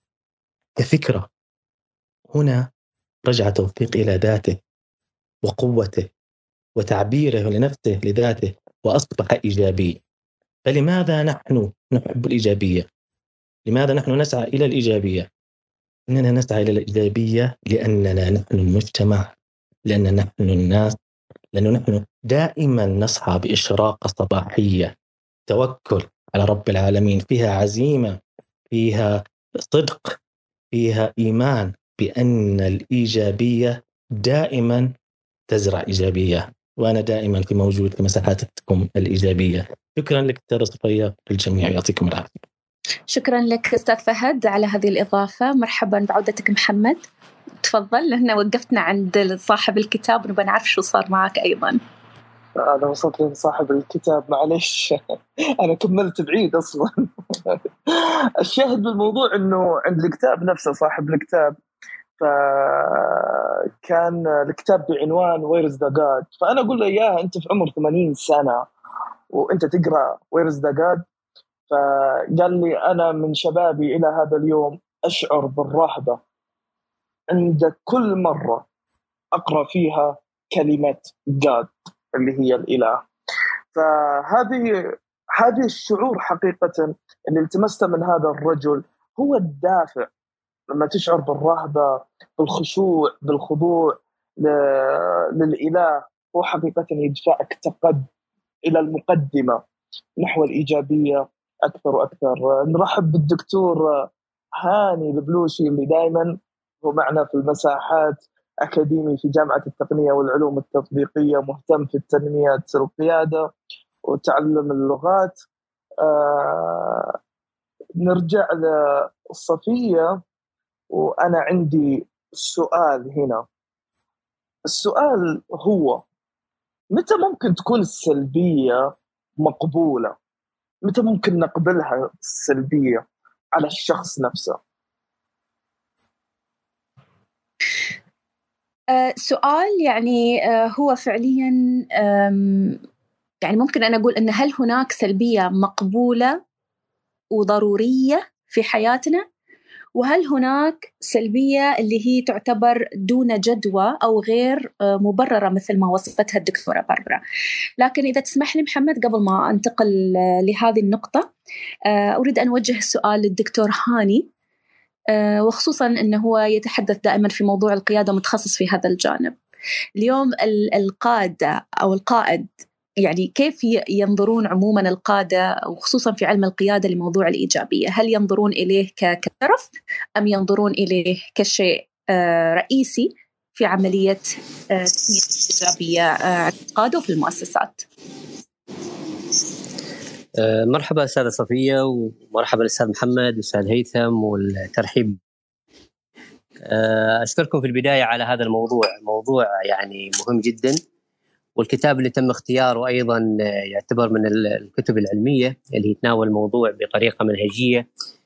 كفكرة. هنا رجع توفيق إلى ذاته وقوته وتعبيره لنفسه لذاته وأصبح إيجابي. فلماذا نحن نحب الإيجابية؟ لماذا نحن نسعى إلى الإيجابية؟ إننا نسعى إلى الإيجابية لأننا نحن المجتمع، لأننا نحن الناس، لأنه نحن دائما نصحى بإشراقة صباحية، توكل على رب العالمين، فيها عزيمة، فيها صدق، فيها إيمان بأن الإيجابية دائما تزرع إيجابية. وأنا دائما في موجود في مساحاتكم الإيجابية. شكرا لك أستاذة صفية، للجميع يعطيكم العافية. شكرا لك أستاذ فهد على هذه الإضافة. مرحبا بعودتك محمد، تفضل، لأننا وقفتنا عند صاحب الكتاب ونبغى نعرف شو صار معك أيضا. أنا وصلت لصاحب الكتاب، معلش أنا كملت بعيد أصلا. الشاهد بالموضوع أنه عند الكتاب نفسه صاحب الكتاب، فكان الكتاب بعنوان Where is the God، فأنا أقول له يا أنت في عمر 80 سنة وأنت تقرأ Where is the God؟ فقال لي أنا من شبابي إلى هذا اليوم أشعر بالرهبة عند كل مرة أقرأ فيها كلمة God اللي هي الإله. فهذه الشعور حقيقة اللي التمسته من هذا الرجل هو الدافع. لما تشعر بالرهبة، بالخشوع، بالخضوع للإله، هو حقيقة يدفعك إلى المقدمة نحو الإيجابية أكثر وأكثر. نرحب بالدكتور هاني البلوشي اللي دائما هو معنا في المساحات أكاديمي في جامعة التقنية والعلوم التطبيقية، مهتم في التنمية القيادة وتعلم اللغات. نرجع لصفية، وأنا عندي سؤال هنا. السؤال هو: متى ممكن تكون السلبية مقبولة؟ متى ممكن نقبلها السلبية على الشخص نفسه؟ سؤال يعني هو فعليا يعني ممكن أنا أقول أن هل هناك سلبية مقبولة وضرورية في حياتنا، وهل هناك سلبية اللي هي تعتبر دون جدوى أو غير مبررة مثل ما وصفتها الدكتورة باربرا. لكن إذا تسمح لي محمد، قبل ما أنتقل لهذه النقطة، أريد أن أوجه السؤال للدكتور هاني، وخصوصاً أنه هو يتحدث دائماً في موضوع القيادة، متخصص في هذا الجانب. اليوم القادة أو القائد، يعني كيف ينظرون عموماً القادة وخصوصاً في علم القيادة لموضوع الإيجابية؟ هل ينظرون إليه كشرف أم ينظرون إليه كشيء رئيسي في عملية تنمية الإيجابية القادة في المؤسسات؟ مرحبا أستاذة صفية، ومرحبا الأستاذ محمد والأستاذ هيثم، والترحيب. أشكركم في البداية على هذا موضوع يعني مهم جدا، والكتاب اللي تم اختياره أيضا يعتبر من الكتب العلمية اللي يتناول الموضوع بطريقة منهجية.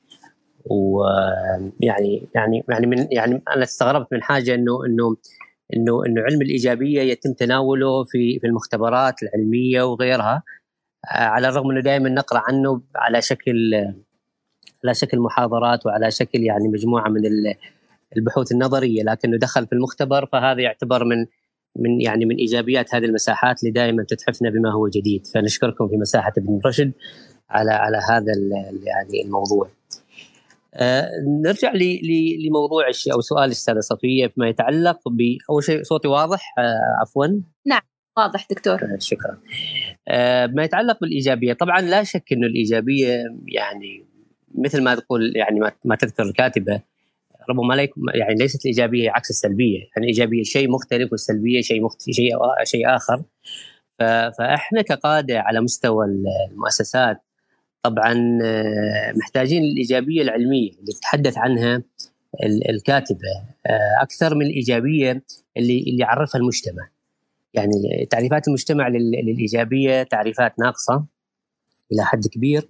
ويعني أنا استغربت من حاجة إنه علم الإيجابية يتم تناوله في المختبرات العلمية وغيرها، على الرغم انه دائما نقرا عنه على شكل محاضرات وعلى شكل يعني مجموعه من البحوث النظريه، لكنه دخل في المختبر، فهذا يعتبر من ايجابيات هذه المساحات اللي دائما تتحفنا بما هو جديد. فنشكركم في مساحه ابن رشد على هذا يعني الموضوع. نرجع لموضوع او سؤال الأستاذة صفية فيما يتعلق اول شيء. صوتي واضح؟ عفوا. نعم واضح دكتور. شكرا. ما يتعلق بالإيجابية، طبعا لا شك أنه الإيجابية يعني مثل ما تقول، يعني ما تذكر الكاتبة ربما يعني ليست الإيجابية عكس السلبية، يعني الإيجابية شيء مختلف والسلبية شيء آخر. فإحنا كقادة على مستوى المؤسسات طبعا محتاجين الإيجابية العلمية اللي تتحدث عنها الكاتبة أكثر من الإيجابية اللي يعرفها المجتمع. يعني تعريفات المجتمع للإيجابية تعريفات ناقصة إلى حد كبير.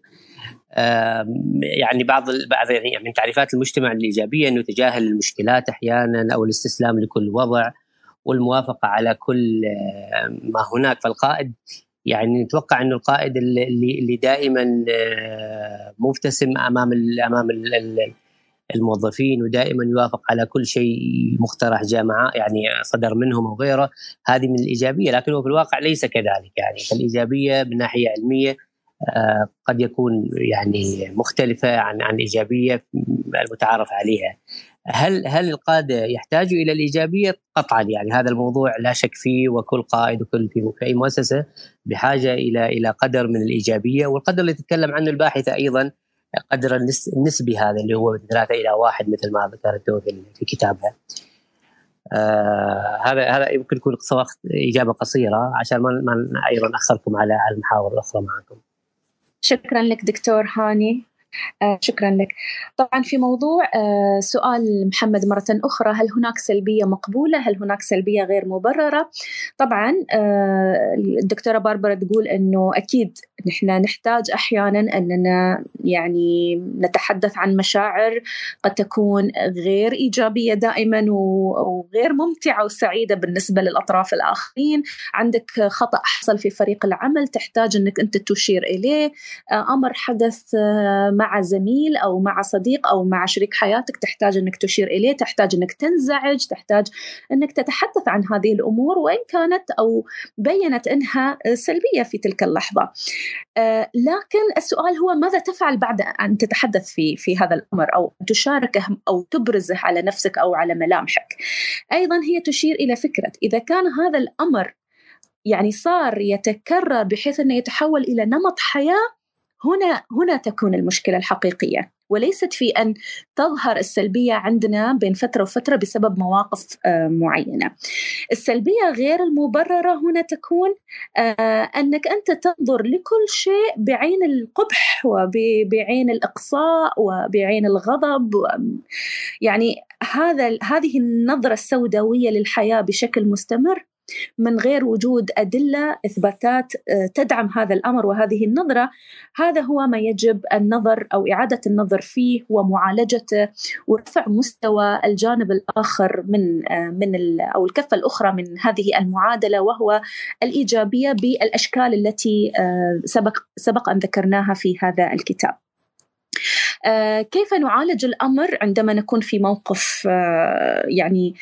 يعني بعض يعني من تعريفات المجتمع للإيجابية أنه تجاهل المشكلات أحيانا، أو الاستسلام لكل وضع، والموافقة على كل ما هناك. فالقائد يعني نتوقع أنه القائد اللي دائما مبتسم أمام الموظفين، ودائما يوافق على كل شيء مقترح جامعة يعني صدر منهم أو غيره، هذه من الإيجابية. لكنه في الواقع ليس كذلك. يعني فالإيجابية من ناحية علمية قد يكون يعني مختلفة عن الإيجابية المتعارف عليها. هل القادة يحتاجوا إلى الإيجابية؟ قطعا، يعني هذا الموضوع لا شك فيه، وكل قائد وكل في أي مؤسسة بحاجة إلى قدر من الإيجابية، والقدر اللي تتكلم عنه الباحثة أيضا قدر النسبي هذا اللي هو 3:1 مثل ما ذكرته في كتابها. هذا يمكن يكون إجابة قصيرة عشان ما أيضا أخركم على المحاور الأخرى معكم. شكرا لك دكتور هاني. شكرا لك. طبعا في موضوع سؤال محمد مرة أخرى، هل هناك سلبية مقبولة؟ هل هناك سلبية غير مبررة؟ طبعا الدكتورة باربرا تقول أنه أكيد نحن نحتاج أحيانا أننا يعني نتحدث عن مشاعر قد تكون غير إيجابية دائما وغير ممتعة وسعيدة بالنسبة للأطراف الآخرين. عندك خطأ حصل في فريق العمل تحتاج أنك أنت تشير إليه، أمر حدث مع زميل أو مع صديق أو مع شريك حياتك تحتاج أنك تشير إليه، تحتاج أنك تنزعج، تحتاج أنك تتحدث عن هذه الأمور وإن كانت أو بينت أنها سلبية في تلك اللحظة. لكن السؤال هو ماذا تفعل بعد أن تتحدث في هذا الأمر أو تشاركه أو تبرزه على نفسك أو على ملامحك. أيضا هي تشير إلى فكرة إذا كان هذا الأمر يعني صار يتكرر بحيث أنه يتحول إلى نمط حياة، هنا تكون المشكلة الحقيقية. وليست في أن تظهر السلبية عندنا بين فترة وفترة بسبب مواقف معينة. السلبية غير المبررة هنا تكون أنك أنت تنظر لكل شيء بعين القبح وبعين الإقصاء وبعين الغضب، يعني هذه النظرة السوداوية للحياة بشكل مستمر من غير وجود أدلة إثباتات تدعم هذا الأمر وهذه النظرة. هذا هو ما يجب النظر أو إعادة النظر فيه ومعالجته ورفع مستوى الجانب الآخر من أو الكفة الأخرى من هذه المعادلة، وهو الإيجابية بالأشكال التي سبق أن ذكرناها في هذا الكتاب. كيف نعالج الأمر عندما نكون في موقف يعني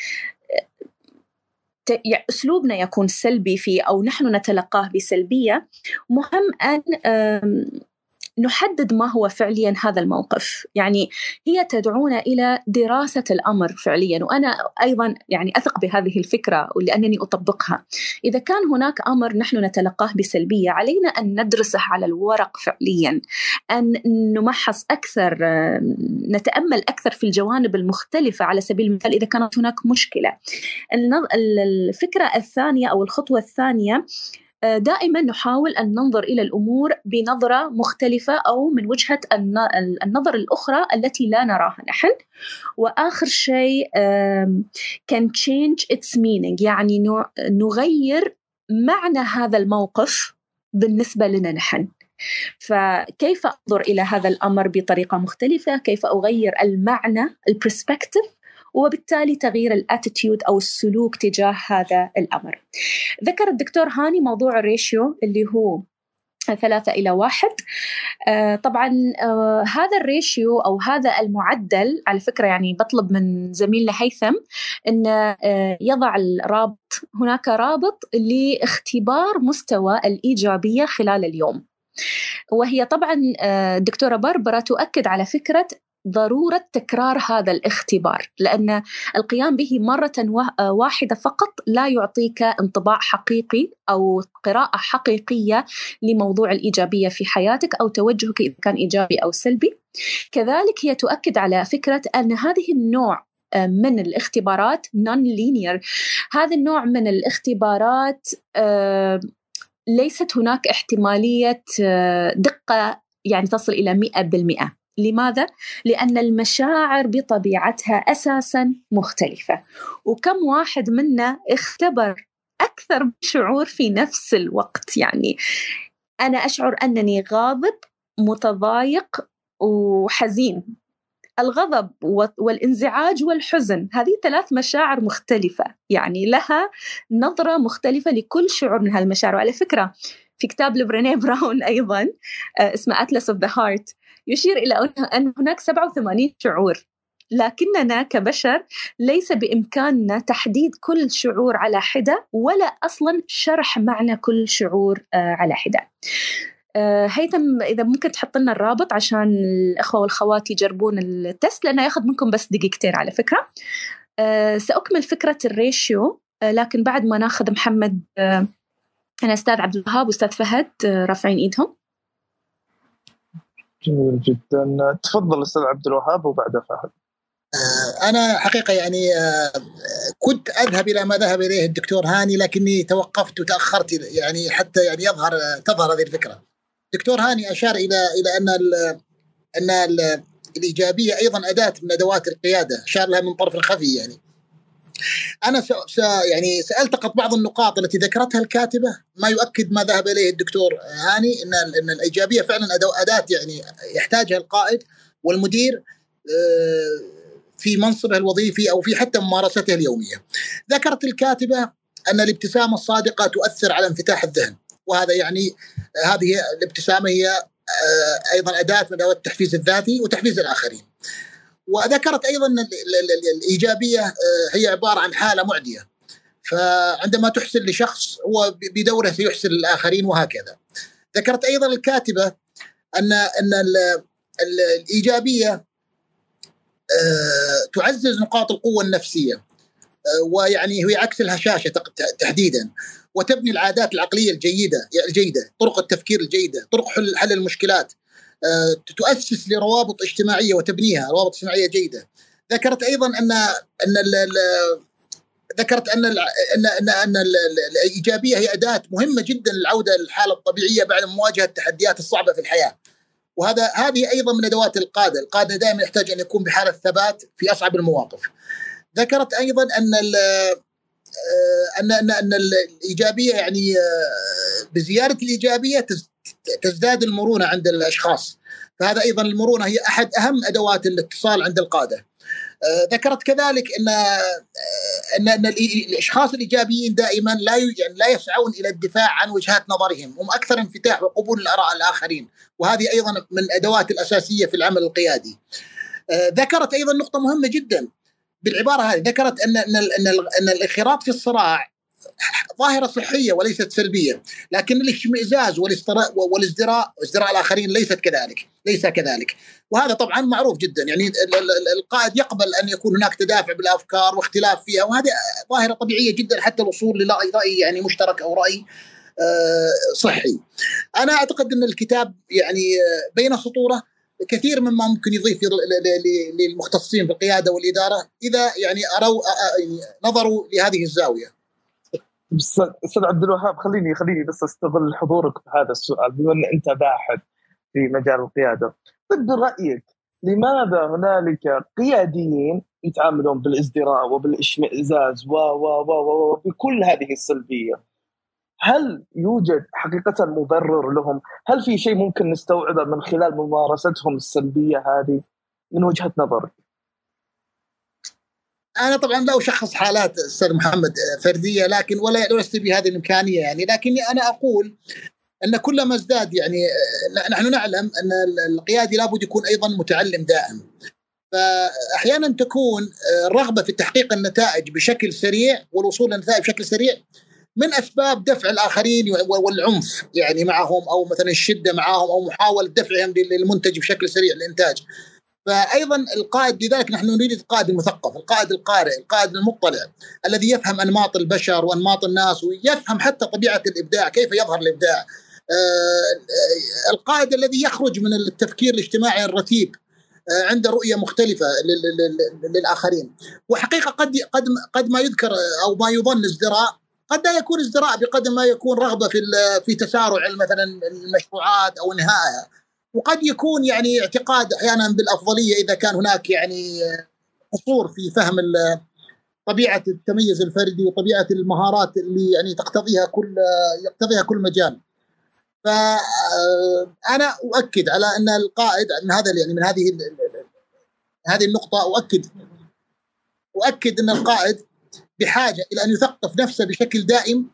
أسلوبنا يكون سلبي فيه أو نحن نتلقاه بسلبية؟ مهم أن نحدد ما هو فعليا هذا الموقف. يعني هي تدعونا إلى دراسة الأمر فعليا، وأنا أيضا يعني أثق بهذه الفكرة ولأنني أطبقها. إذا كان هناك أمر نحن نتلقاه بسلبية، علينا أن ندرسه على الورق فعليا، أن نمحص أكثر، نتأمل أكثر في الجوانب المختلفة. على سبيل المثال إذا كانت هناك مشكلة، الفكرة الثانية أو الخطوة الثانية دائما نحاول أن ننظر إلى الأمور بنظرة مختلفة أو من وجهة النظر الأخرى التي لا نراها نحن. وآخر شيء can change its meaning، يعني نغير معنى هذا الموقف بالنسبة لنا نحن. فكيف أنظر إلى هذا الأمر بطريقة مختلفة، كيف أغير المعنى البرسبكتيف، وبالتالي تغيير الاتيتيود أو السلوك تجاه هذا الأمر. ذكر الدكتور هاني موضوع الريشيو اللي هو 3:1. طبعا هذا الريشيو أو هذا المعدل، على فكرة يعني بطلب من زميلنا هيثم أن يضع الرابط، هناك رابط لاختبار مستوى الإيجابية خلال اليوم. وهي طبعا الدكتورة باربرا تؤكد على فكرة ضرورة تكرار هذا الاختبار، لأن القيام به مرة واحدة فقط لا يعطيك انطباع حقيقي أو قراءة حقيقية لموضوع الإيجابية في حياتك أو توجهك إذا كان إيجابي أو سلبي. كذلك هي تؤكد على فكرة أن هذه النوع من الاختبارات non-linear، هذا النوع من الاختبارات ليست هناك احتمالية دقة يعني تصل إلى 100%. لماذا؟ لأن المشاعر بطبيعتها أساساً مختلفة، وكم واحد منا اختبر أكثر من شعور في نفس الوقت. يعني أنا أشعر أنني غاضب، متضايق، وحزين. الغضب والانزعاج والحزن، هذه 3 مشاعر مختلفة، يعني لها نظرة مختلفة لكل شعور من هالمشاعر. وعلى فكرة في كتاب لبرينيه براون أيضاً اسمه Atlas of the Heart يشير إلى أن هناك 87 شعور، لكننا كبشر ليس بإمكاننا تحديد كل شعور على حدة، ولا أصلاً شرح معنى كل شعور على حدة. هيثم إذا ممكن تحط لنا الرابط عشان الأخوة والخوات يجربون التست، لأنه يأخذ منكم بس دقيقتين على فكرة. سأكمل فكرة الريشيو، لكن بعد ما ناخذ محمد، أنا أستاذ عبد الوهاب وأستاذ فهد رافعين إيدهم. جميل جدا، تفضل أستاذ عبد الوهاب وبعدها فهد. أنا حقيقة يعني كنت أذهب إلى ما ذهب إليه الدكتور هاني، لكني توقفت وتأخرت يعني حتى يعني تظهر هذه الفكرة. دكتور هاني أشار إلى أن الإيجابية أيضا أداة من أدوات القيادة، أشار لها من طرف الخفي. يعني أنا يعني سألتقط بعض النقاط التي ذكرتها الكاتبة ما يؤكد ما ذهب إليه الدكتور هاني، أن الإيجابية فعلا أداة يعني يحتاجها القائد والمدير في منصبه الوظيفي أو في حتى ممارسته اليومية. ذكرت الكاتبة أن الابتسامة الصادقة تؤثر على انفتاح الذهن، وهذا يعني هذه الابتسامة هي أيضا أداة من أدوات التحفيز الذاتي وتحفيز الآخرين. وذكرت أيضا الإيجابية هي عبارة عن حالة معدية، فعندما تحسن لشخص هو بدوره سيحسن للآخرين وهكذا. ذكرت أيضا الكاتبة أن الإيجابية تعزز نقاط القوة النفسية، ويعني هي عكس الهشاشة تحديدا، وتبني العادات العقلية الجيدة، طرق التفكير الجيدة، طرق حل المشكلات، تؤسس لروابط اجتماعية وتبنيها روابط اجتماعية جيدة. ذكرت أيضا أن الإيجابية هي أداة مهمة جدا للعودة للحالة الطبيعية بعد مواجهة التحديات الصعبة في الحياة، هذه أيضا من أدوات القادة دائما يحتاج أن يكون بحالة ثبات في أصعب المواقف. ذكرت أيضا أن الإيجابية يعني بزيادة الإيجابية تزداد المرونة عند الأشخاص، فهذا أيضا المرونة هي أحد أهم أدوات الاتصال عند القادة. ذكرت كذلك أن الأشخاص الإيجابيين دائما لا يسعون إلى الدفاع عن وجهات نظرهم، هم أكثر انفتاح وقبول الآراء الآخرين، وهذه أيضا من الأدوات الأساسية في العمل القيادي. ذكرت أيضا نقطة مهمة جدا بالعبارة هذه، ذكرت أن الانخراط في الصراع ظاهرة صحية وليست سلبية، لكن الاشمئزاز والازدراء الآخرين ليس كذلك، وهذا طبعا معروف جدا. يعني القائد يقبل أن يكون هناك تدافع بالأفكار واختلاف فيها، وهذه ظاهرة طبيعية جدا حتى الوصول لرأي يعني مشترك أو رأي صحي. أنا أعتقد أن الكتاب يعني بين سطوره كثير مما ممكن يضيف للمختصين في القيادة والإدارة إذا يعني نظروا لهذه الزاوية. أستاذ عبد الوهاب، خليني بس استغل حضورك في هذا السؤال، بما أن أنت باحث في مجال القيادة. طب برأيك لماذا هنالك قياديين يتعاملون بالازدراء وبالاشمئزاز وبكل هذه السلبية؟ هل يوجد حقيقة مبرر لهم؟ هل في شيء ممكن نستوعبه من خلال ممارستهم السلبية هذه من وجهة نظرك؟ أنا طبعا لا أشخص حالات أستاذ محمد فردية، لكن ولا لست بهذه الإمكانية يعني، لكن أنا أقول أن كلما ازداد يعني نحن نعلم أن القيادي لابد يكون أيضا متعلم دائم، فأحيانا تكون الرغبة في تحقيق النتائج بشكل سريع والوصول للنتائج بشكل سريع من أسباب دفع الآخرين والعنف يعني معهم، أو مثلا الشدة معهم، أو محاولة دفعهم للمنتج بشكل سريع للإنتاج. فأيضا القائد، لذلك نحن نريد القائد المثقف، القائد القارئ، القائد المطلع الذي يفهم أنماط البشر وأنماط الناس، ويفهم حتى طبيعة الإبداع، كيف يظهر الإبداع. القائد الذي يخرج من التفكير الاجتماعي الرتيب، عنده رؤية مختلفة للآخرين. وحقيقة قد ما يذكر أو ما يظن ازدراء قد لا يكون ازدراء بقدر ما يكون رغبة في تسارع مثلا المشروعات أو إنهائها، وقد يكون يعني اعتقاد أحيانا بالأفضلية إذا كان هناك يعني قصور في فهم طبيعة التميز الفردي وطبيعة المهارات اللي يعني يقتضيها كل مجال. فأنا أؤكد على أن القائد من هذا يعني من هذه النقطة أؤكد أن القائد بحاجة إلى أن يثقف نفسه بشكل دائم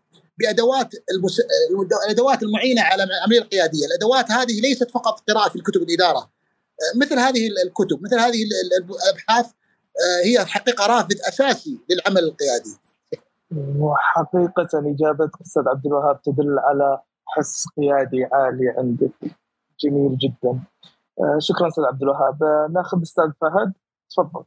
الأدوات المعينة على العملية القيادية. الأدوات هذه ليست فقط قراءة في الكتب الإدارة، مثل هذه الكتب، مثل هذه الأبحاث هي حقيقة رافد أساسي للعمل القيادي. وحقيقة إجابتك أستاذ عبد الوهاب تدل على حس قيادي عالي عندك، جميل جدا. شكرا أستاذ عبد الوهاب. ناخذ أستاذ فهد، تفضل.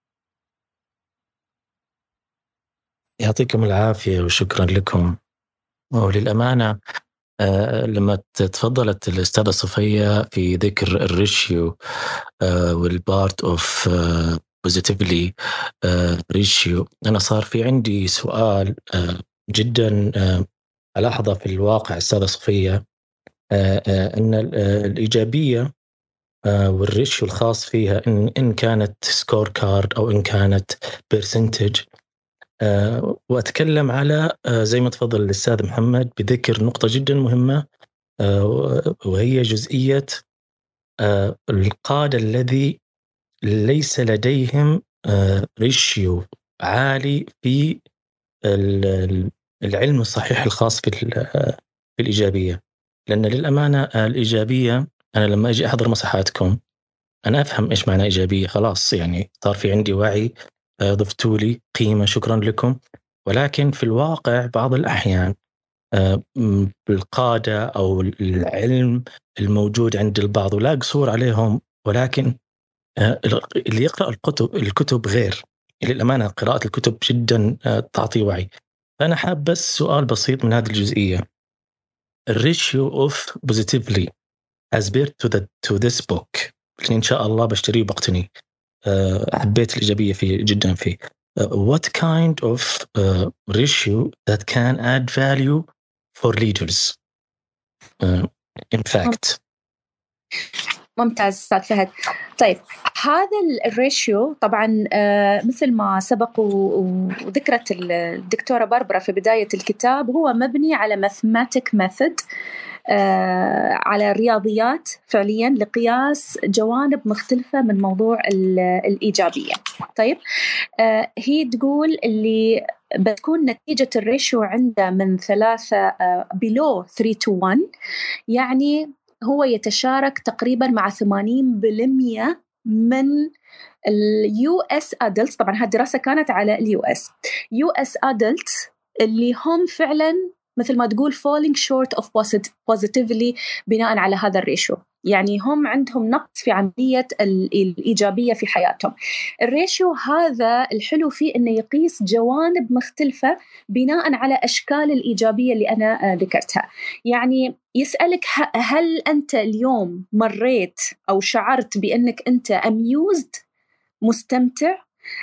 يعطيكم العافية وشكرا لكم. وللأمانة لما تفضلت الأستاذة صفية في ذكر الريشيو والبارت أوف بوزيتيفلي ريشيو، أنا صار في عندي سؤال جدا ألاحظه في الواقع أستاذة صفية، أن الإيجابية والريشيو الخاص فيها إن كانت سكور كارد أو إن كانت برسنتج. وأتكلم على زي ما تفضل الأستاذ محمد بذكر نقطة جدا مهمة، وهي جزئية القادة الذي ليس لديهم ريشيو عالي في العلم الصحيح الخاص في الإيجابية. لأن للأمانة الإيجابية، أنا لما أجي أحضر مساحاتكم أنا أفهم إيش معنى إيجابية، خلاص يعني صار في عندي وعي، ضفتوا لي قيمة، شكرا لكم. ولكن في الواقع بعض الأحيان بالقادة أو العلم الموجود عند البعض ولا قصور عليهم، ولكن اللي يقرأ الكتب غير. للأمانة قراءة الكتب جدا تعطي وعي. فأنا حاب بس سؤال بسيط من هذه الجزئية، الريشيو أوف بوزيتيفلي، as bear to this book إن شاء الله بشتريه وبقتني. حبيت الإيجابية فيه جدا فيه. What kind of ratio that can add value for leaders in fact. ممتاز أستاذ فهد. طيب هذا الريشيو طبعا مثل ما سبق وذكرت الدكتورة باربرا في بداية الكتاب، هو مبني على mathematic method، على رياضيات فعليا لقياس جوانب مختلفة من موضوع الإيجابية. طيب هي تقول اللي بتكون نتيجة الريشيو عنده من 3 below 3-1، يعني هو يتشارك تقريبا مع 80% من US adults. طبعا هالدراسة كانت على US adults اللي هم فعلا مثل ما تقول falling short of positively بناء على هذا الريشيو، يعني هم عندهم نقص في عملية الإيجابية في حياتهم. الريشيو هذا الحلو فيه إنه يقيس جوانب مختلفة بناء على أشكال الإيجابية اللي أنا ذكرتها. يعني يسألك هل أنت اليوم مريت أو شعرت بأنك أنت amused مستمتع،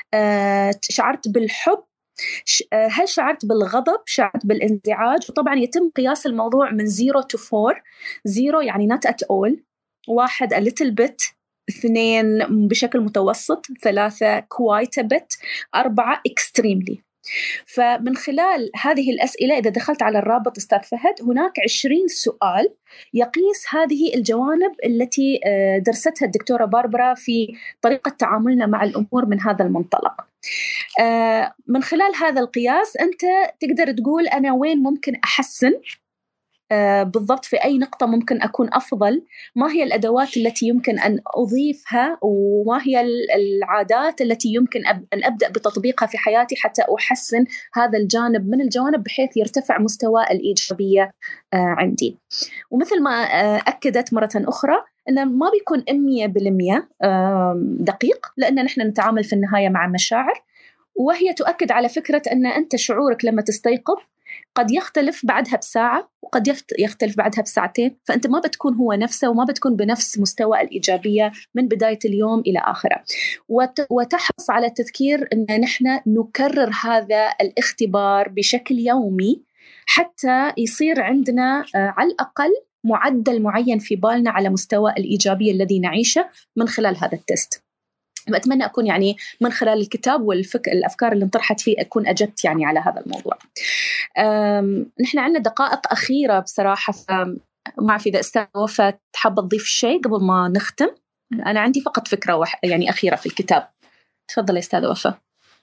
شعرت بالحب، هل شعرت بالغضب، شعرت بالانزعاج. وطبعا يتم قياس الموضوع من 0 to 4. 0 يعني not at all، 1 a little bit، 2 بشكل متوسط، 3 quite a bit، 4 extremely. فمن خلال هذه الأسئلة إذا دخلت على الرابط أستاذ فهد هناك 20 سؤال يقيس هذه الجوانب التي درستها الدكتورة باربرا في طريقة تعاملنا مع الأمور من هذا المنطلق. من خلال هذا القياس أنت تقدر تقول أنا وين ممكن أحسن بالضبط، في أي نقطة ممكن أكون أفضل، ما هي الأدوات التي يمكن أن أضيفها، وما هي العادات التي يمكن أن أبدأ بتطبيقها في حياتي حتى أحسن هذا الجانب من الجوانب بحيث يرتفع مستوى الإيجابية عندي. ومثل ما أكدت مرة أخرى أنه ما بيكون 100% دقيق، لأن نحن نتعامل في النهاية مع مشاعر، وهي تؤكد على فكرة أن أنت شعورك لما تستيقظ قد يختلف بعدها بساعة وقد يختلف بعدها بساعتين، فأنت ما بتكون هو نفسه وما بتكون بنفس مستوى الإيجابية من بداية اليوم إلى آخره. وتحرص على التذكير أن نحن نكرر هذا الاختبار بشكل يومي حتى يصير عندنا على الأقل معدل معين في بالنا على مستوى الإيجابية الذي نعيشه من خلال هذا التست. بأتمنى أكون يعني من خلال الكتاب والأفكار اللي انطرحت فيه أكون أجبت يعني على هذا الموضوع. نحن عندنا دقائق أخيرة بصراحة، ما أعرف إذا أستاذ وفاء تحب تضيف شيء قبل ما نختم. أنا عندي فقط فكرة يعني أخيرة في الكتاب. تفضل يا أستاذ وفاء.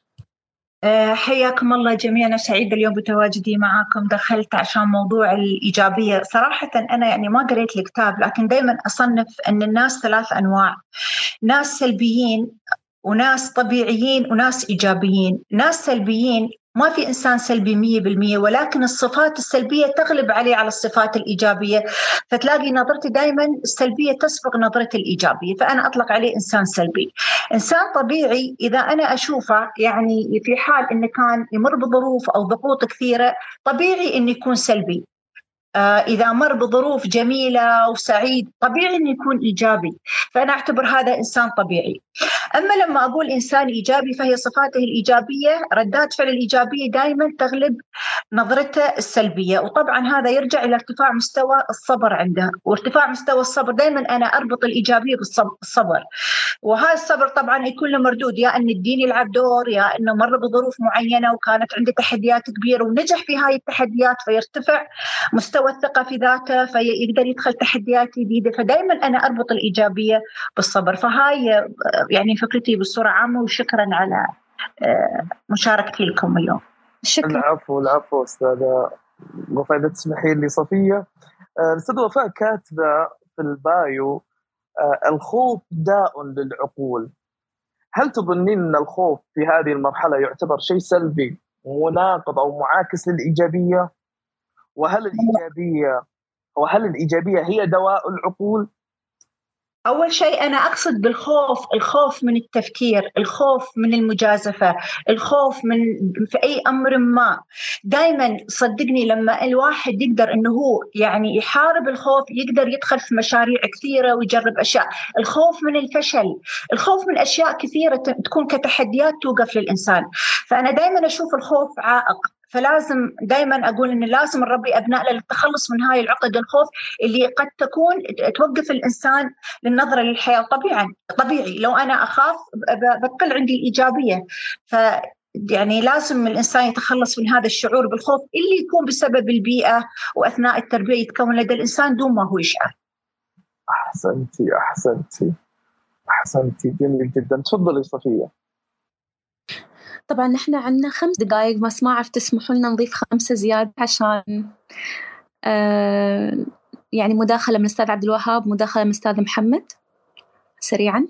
حياكم الله جميعا، سعيدة اليوم بتواجدي معكم. دخلت عشان موضوع الإيجابية. صراحة أنا يعني ما قريت الكتاب، لكن دايما أصنف أن الناس 3 أنواع: ناس سلبيين وناس طبيعيين وناس إيجابيين. ناس سلبيين ما في إنسان سلبي 100%، ولكن الصفات السلبية تغلب عليه على الصفات الإيجابية، فتلاقي نظرتي دائما السلبية تسبق نظرة الإيجابية، فأنا أطلق عليه إنسان سلبي. إنسان طبيعي إذا أنا أشوفه يعني في حال إنه كان يمر بظروف أو ضغوط كثيرة، طبيعي إنه يكون سلبي. إذا مر بظروف جميلة وسعيد طبيعي إنه يكون إيجابي، فأنا أعتبر هذا إنسان طبيعي. أما لما أقول إنسان إيجابي فهي صفاته الإيجابية، ردات فعل الإيجابية دائما تغلب نظرته السلبية. وطبعا هذا يرجع إلى ارتفاع مستوى الصبر عنده، وارتفاع مستوى الصبر دائما أنا أربط الإيجابية بالصبر، وهذا الصبر طبعا يكون له مردود، يا أن الدين يلعب دور، يا أنه مر بظروف معينة وكانت عنده تحديات كبيرة ونجح في هاي التحديات فيرتفع مستوى الثقة في ذاته فيقدر يدخل تحديات جديدة. فدائما أنا أربط الإيجابية بالصبر. فهاي يعني فكرتي بصورة عامة، وشكرا على مشاركتي لكم اليوم. شكرا. العفو أستاذة وفاء. إذا تسمحي لي صفية، الأستاذة وفاء كاتبة في البايو الخوف داء للعقول. هل تظنين أن الخوف في هذه المرحلة يعتبر شيء سلبي مناقض أو معاكس للإيجابية؟ وهل الإيجابية هي دواء العقول؟ أول شيء أنا أقصد بالخوف، الخوف من التفكير، الخوف من المجازفة، الخوف من في أي أمر ما. دايما صدقني لما الواحد يقدر أنه هو يعني يحارب الخوف، يقدر يدخل في مشاريع كثيرة ويجرب أشياء. الخوف من الفشل، الخوف من أشياء كثيرة تكون كتحديات توقف للإنسان. فأنا دائما أشوف الخوف عائق، فلازم دائما أقول إن لازم نربي أبنائنا للتخلص من هاي العقد الخوف اللي قد تكون توقف الإنسان للنظرة للحياة. طبيعي لو أنا أخاف بتقل عندي الإيجابية. يعني لازم الإنسان يتخلص من هذا الشعور بالخوف اللي يكون بسبب البيئة، وأثناء التربية يتكون لدى الإنسان دون ما هو يشعر. أحسنتي جميل جدا. تفضلي صفية. طبعا نحن عندنا 5 دقائق، بس ما عرفت تسمحوا لنا نضيف 5 زيادة عشان يعني مداخلة من الأستاذ عبد الوهاب، مداخلة من الأستاذ محمد سريعا.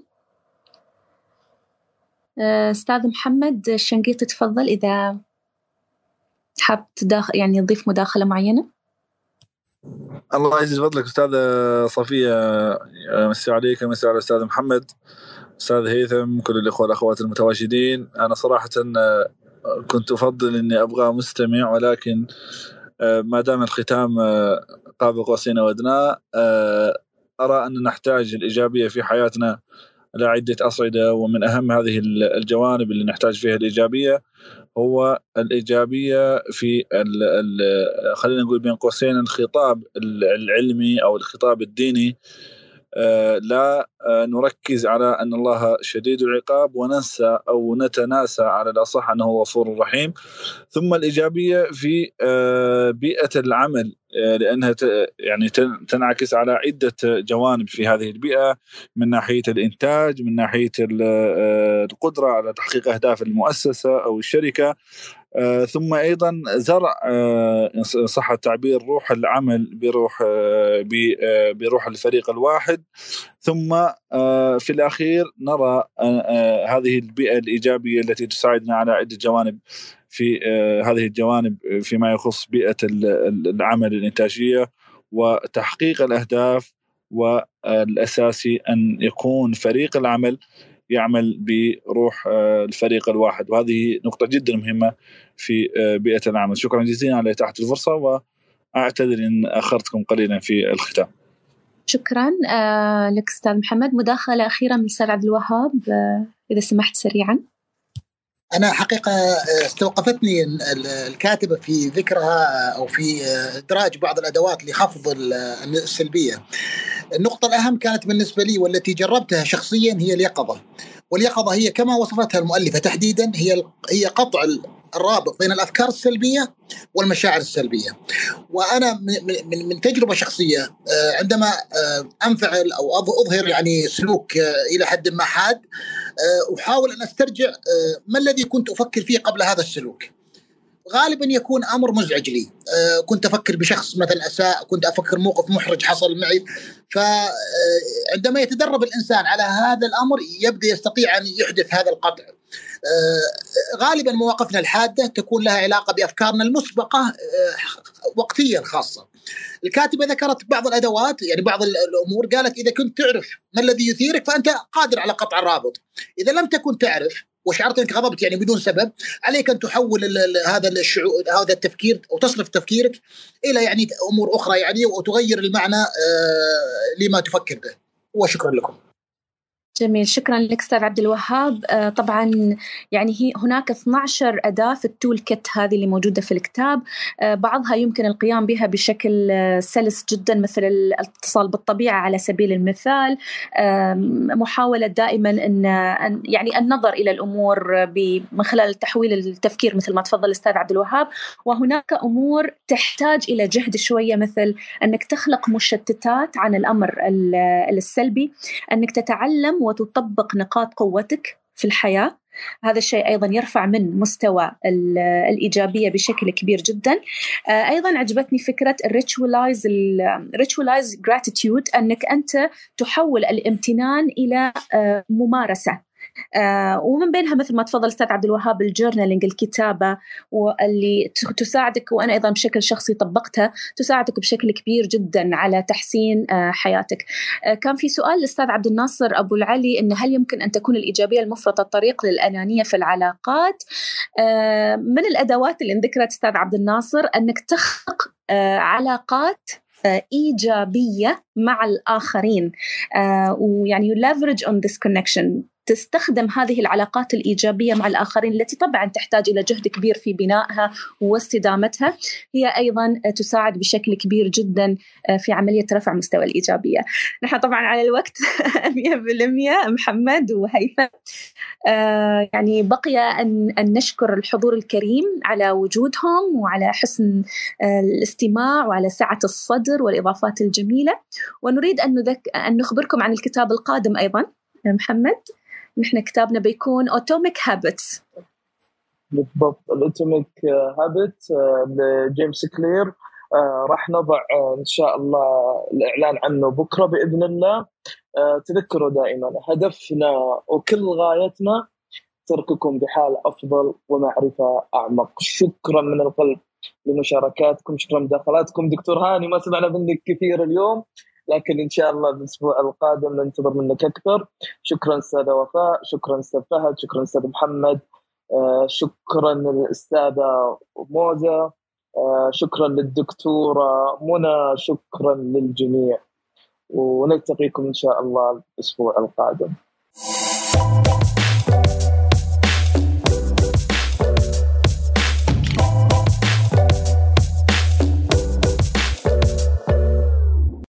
أستاذ محمد الشنقيطي تفضل إذا حاب يعني تضيف مداخلة معينة. الله يعزز فضلك أستاذة صفية، مسي عليك، مسي على الأستاذ محمد، أستاذ هيثم، كل الإخوة والأخوات المتواجدين. أنا صراحة كنت أفضل أني أبغى مستمع، ولكن ما دام الختام قاب قوسين وأدنى، أرى أن نحتاج الإيجابية في حياتنا على عدة أصعدة، ومن أهم هذه الجوانب اللي نحتاج فيها الإيجابية هو الإيجابية في خلينا نقول بين قوسين الخطاب العلمي أو الخطاب الديني. لا نركز على أن الله شديد العقاب وننسى أو نتناسى على الأصح أنه غفور رحيم. ثم الإيجابية في بيئة العمل، لأنها يعني تنعكس على عدة جوانب في هذه البيئة، من ناحية الإنتاج، من ناحية القدرة على تحقيق أهداف المؤسسة أو الشركة، ثم أيضا زرع صح التعبير روح العمل بروح الفريق الواحد. ثم في الأخير نرى هذه البيئة الإيجابية التي تساعدنا على عدة جوانب في هذه الجوانب فيما يخص بيئة العمل الإنتاجية وتحقيق الأهداف. والأساسي أن يكون فريق العمل يعمل بروح الفريق الواحد، وهذه نقطة جدا مهمة في بيئة العمل. شكرا جزيلا على إتاحة الفرصة، وأعتذر إن أخرتكم قليلا في الختام. شكرا لك أستاذ محمد. مداخلة أخيرة من الأستاذ عبد الوهاب إذا سمحت سريعا. أنا حقيقة استوقفتني الكاتبة في ذكرها أو في إدراج بعض الأدوات لخفض السلبية. النقطة الأهم كانت بالنسبة لي والتي جربتها شخصيا هي اليقظة، واليقظة هي كما وصفتها المؤلفة تحديدا هي قطع الرابط بين الأفكار السلبية والمشاعر السلبية. وأنا من تجربة شخصية عندما أنفعل أو أظهر يعني سلوك إلى حد ما حاد، أحاول أن أسترجع ما الذي كنت أفكر فيه قبل هذا السلوك. غالبا يكون أمر مزعج لي، كنت أفكر بشخص مثلا أساء، كنت أفكر موقف محرج حصل معي. فعندما يتدرب الإنسان على هذا الأمر يبدأ يستطيع أن يحدث هذا القطع. غالبا مواقفنا الحادة تكون لها علاقة بأفكارنا المسبقة وقتيا خاصة. الكاتبة ذكرت بعض الأدوات، يعني بعض الأمور، قالت إذا كنت تعرف ما الذي يثيرك فأنت قادر على قطع الرابط. إذا لم تكن تعرف وشعرت أنك غضبت يعني بدون سبب، عليك أن تحول هذا التفكير أو تصرف تفكيرك إلى يعني أمور أخرى يعني، وتغير المعنى لما تفكر به. وشكرا لكم. جميل، شكرا لك أستاذ عبد الوهاب. طبعا يعني هناك 12 أداة في التول كيت هذه اللي موجودة في الكتاب. بعضها يمكن القيام بها بشكل سلس جدا، مثل الاتصال بالطبيعة على سبيل المثال، محاولة دائما أن يعني النظر إلى الأمور من خلال تحويل التفكير مثل ما تفضل الأستاذ عبد الوهاب. وهناك أمور تحتاج إلى جهد شوية، مثل أنك تخلق مشتتات عن الأمر السلبي، أنك تتعلم وتطبق نقاط قوتك في الحياة. هذا الشيء أيضا يرفع من مستوى الإيجابية بشكل كبير جدا. أيضا عجبتني فكرة ritualize gratitude، أنك أنت تحول الامتنان إلى ممارسة. ومن بينها مثل ما تفضل أستاذ عبد الوهاب الجورنالينج، الكتابة، واللي تساعدك، وأنا أيضا بشكل شخصي طبقتها، تساعدك بشكل كبير جدا على تحسين حياتك. كان في سؤال للأستاذ عبد الناصر أبو العلي، إن هل يمكن أن تكون الإيجابية المفرطة طريق للأنانية في العلاقات؟ من الأدوات اللي ذكرت أستاذ عبد الناصر أنك تخلق علاقات إيجابية مع الآخرين، ويعني you leverage on this connection، تستخدم هذه العلاقات الإيجابية مع الآخرين التي طبعا تحتاج إلى جهد كبير في بنائها واستدامتها، هي أيضا تساعد بشكل كبير جدا في عملية رفع مستوى الإيجابية. نحن طبعا على الوقت 100% محمد وهيثم، يعني بقي أن نشكر الحضور الكريم على وجودهم وعلى حسن الاستماع وعلى سعة الصدر والإضافات الجميلة، ونريد أن نخبركم عن الكتاب القادم أيضا محمد. نحن كتابنا بيكون Atomic Habits. بالضبط، الأوتوميك هابت لجيمس كلير. راح نضع إن شاء الله الإعلان عنه بكرة بإذن الله. تذكروا دائما هدفنا وكل غايتنا ترككم بحال أفضل ومعرفة أعمق. شكرا من القلب لمشاركاتكم، شكرا لمداخلاتكم. دكتور هاني ما سمعنا منك كثير اليوم، لكن إن شاء الله الأسبوع القادم ننتظر منك أكثر. شكرا أستاذة وفاء، شكرا أستاذ فهد، شكرا أستاذ محمد، شكرا للأستاذة موزة، شكرا للدكتورة منى، شكرا للجميع، ونلتقيكم إن شاء الله الأسبوع القادم.